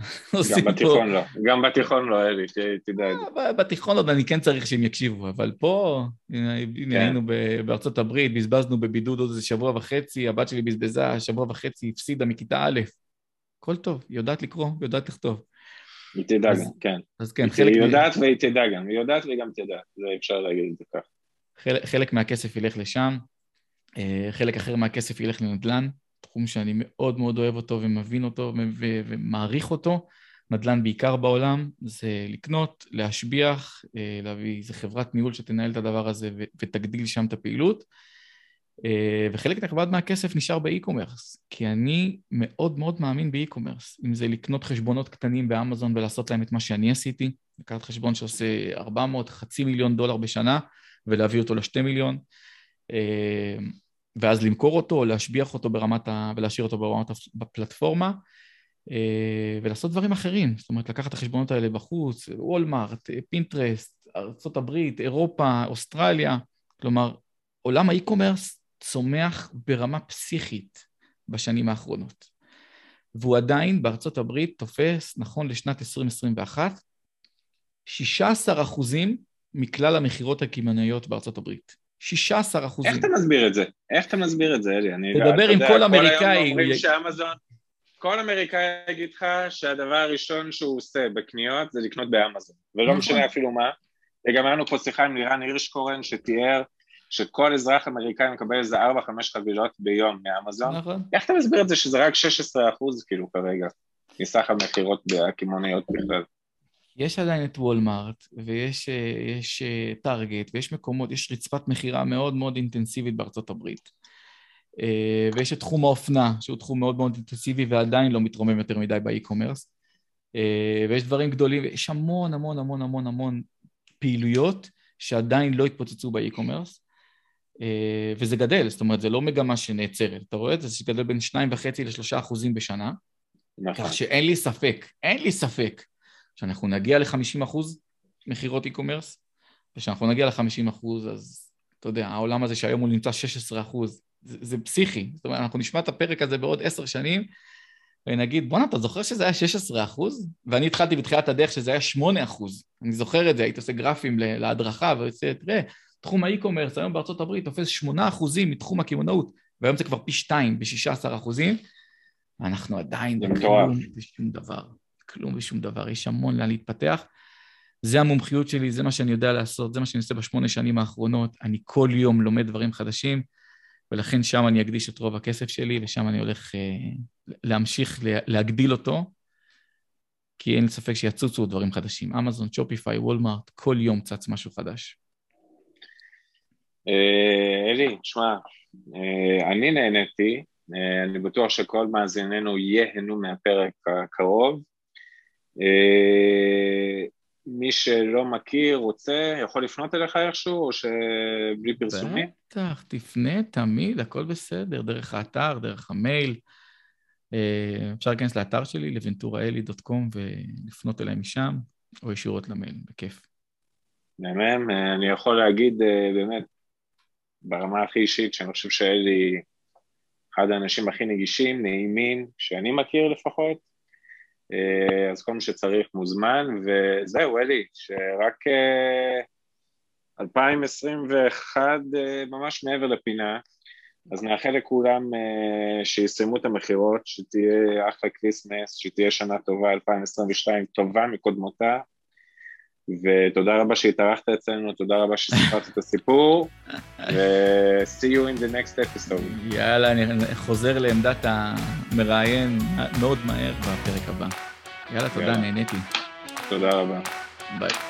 גם בתיכון לא, אלי, תדע את זה. בתיכון עוד אני כן צריך שהם יקשיבו, אבל פה, הנה היינו בארצות הברית, בזבזנו בבידוד עוד איזה שבוע וחצי, הבת שלי בזבזה שבוע וחצי, הפסידה מכיתה א', הכל טוב, היא יודעת לקרוא, יודעת לכתוב. היא תדע גם, כן. אז כן, היא יודעת והיא תדע גם, היא יודעת והיא גם תדע, זה אפשר להגיד את זה כך. חלק מהכסף ילך לשם, חלק אחר מהכסף ילך לנדל"ן, תחום שאני מאוד מאוד אוהב אותו ומבין אותו ומעריך אותו, נדל"ן בעיקר בעולם, זה לקנות, להשביח, להביא איזו חברת ניהול שתנהל את הדבר הזה ותגדיל שם את הפעילות, וחלק נכבד מהכסף נשאר באי-קומרס, כי אני מאוד מאוד מאמין באי-קומרס, אם זה לקנות חשבונות קטנים באמזון ולעשות להם את מה שאני עשיתי, לקחת חשבון שעושה 400, $500,000 בשנה, ולהביא אותו ל2 מיליון, ואז למכור אותו, או להשביח אותו ולהשאיר אותו ברמת בפלטפורמה, ולעשות דברים אחרים, זאת אומרת, לקחת את החשבונות האלה בחוץ, וולמארט, פינטרסט, ארצות הברית, אירופה, אוסטרליה, כלומר, עולם האי-קומרס צומח ברמה פסיכית בשנים האחרונות, והוא עדיין בארצות הברית תופס, נכון לשנת 2021, 16% מכלל המחירות הקמעונאיות בארצות הברית. 16%. איך אתה מסביר את זה? איך אתה מסביר את זה, אלי? תדבר עם כל אמריקאי. כל היום אומרים שאמזון, כל אמריקאי יגיד לך שהדבר הראשון שהוא עושה בקניות זה לקנות באמזון, ולא משנה אפילו מה. וגם היה לנו פה שיחה עם לירן הירשקורן שתיאר שכל אזרח אמריקאי מקבל איזה 4-5 חבילות ביום מאמזון. נכון. איך אתה מסביר את זה שזה רק 16% כאילו כרגע, מסך המחירות הקמעונאיות בכלל? יש עדיין את וולמארט, ויש טארגט, ויש מקומות, יש רצפת מחירה מאוד מאוד אינטנסיבית בארצות הברית. ויש את תחום האופנה, שהוא תחום מאוד מאוד אינטנסיבי, ועדיין לא מתרומם יותר מדי באי-קומרס. ויש דברים גדולים, ויש המון המון המון המון המון פעילויות, שעדיין לא התפוצצו באי-קומרס. וזה גדל, זאת אומרת, זה לא מגמה שנעצרת. אתה רואה את זה? זה גדל בין 2.5% ל3% בשנה. כך שאין לי ספק, שאנחנו נגיע ל50% מחירות אי-קומרס, ושאנחנו נגיע ל50%, אז אתה יודע, העולם הזה שהיום הוא נמצא 16%, זה פסיכי. זאת אומרת, אנחנו נשמע את הפרק הזה בעוד 10 שנים, ונגיד, בוא'נה, אתה זוכר שזה היה 16%? ואני התחלתי בתחילת הדרך שזה היה 8%. אני זוכר את זה, הייתי עושה גרפים להדרכה, ועושה, תראה, תחום האי-קומרס, היום בארצות הברית, תופס 8% מתחום הקמעונאות, והיום זה כבר פי 2, ב16%, אנחנו עדיין כלום ושום דבר, יש המון לאן להתפתח. זה המומחיות שלי, זה מה שאני יודע לעשות, זה מה שאני עושה ב8 שנים האחרונות, אני כל יום לומד דברים חדשים, ולכן שם אני אקדיש את רוב הכסף שלי, ושם אני הולך להמשיך להגדיל אותו, כי אין לי ספק שיצוצו דברים חדשים. אמזון, שופיפיי, וולמארט, כל יום צץ משהו חדש. אלי, תשמע, אני נהניתי, אני בטוח שכל מאזיננו ייהנו מהפרק הקרוב. מי שלא מכיר, רוצה, יכול לפנות אליך איכשהו, או שבלי פרסומים? בטח, תפנה תמיד, הכל בסדר, דרך האתר, דרך המייל. אפשר להיכנס לאתר שלי, leventuraeli.com, ולפנות אליי משם, או ישירות למייל, בכיף. נאמן, אני יכול להגיד באמת, ברמה הכי אישית, שאני חושב שאלי אחד האנשים הכי נגישים, נעימים, שאני מכיר לפחות, אז כל מי שצריך מוזמן, וזהו, אלי, שרק 2021 ממש מעבר לפינה, אז נאחל לכולם שיסיימו את המחירות, שתהיה אחלה קריסמס, שתהיה שנה טובה, 2022 טובה מקודמותה, ותודה רבה שהתארחת אצלנו, תודה רבה שסיפרת את הסיפור, ו-see you in the next episode. יאללה, אני חוזר לעמדת המראיין מאוד מהר בפרק הבא. יאללה, תודה, נהניתי. תודה רבה. ביי.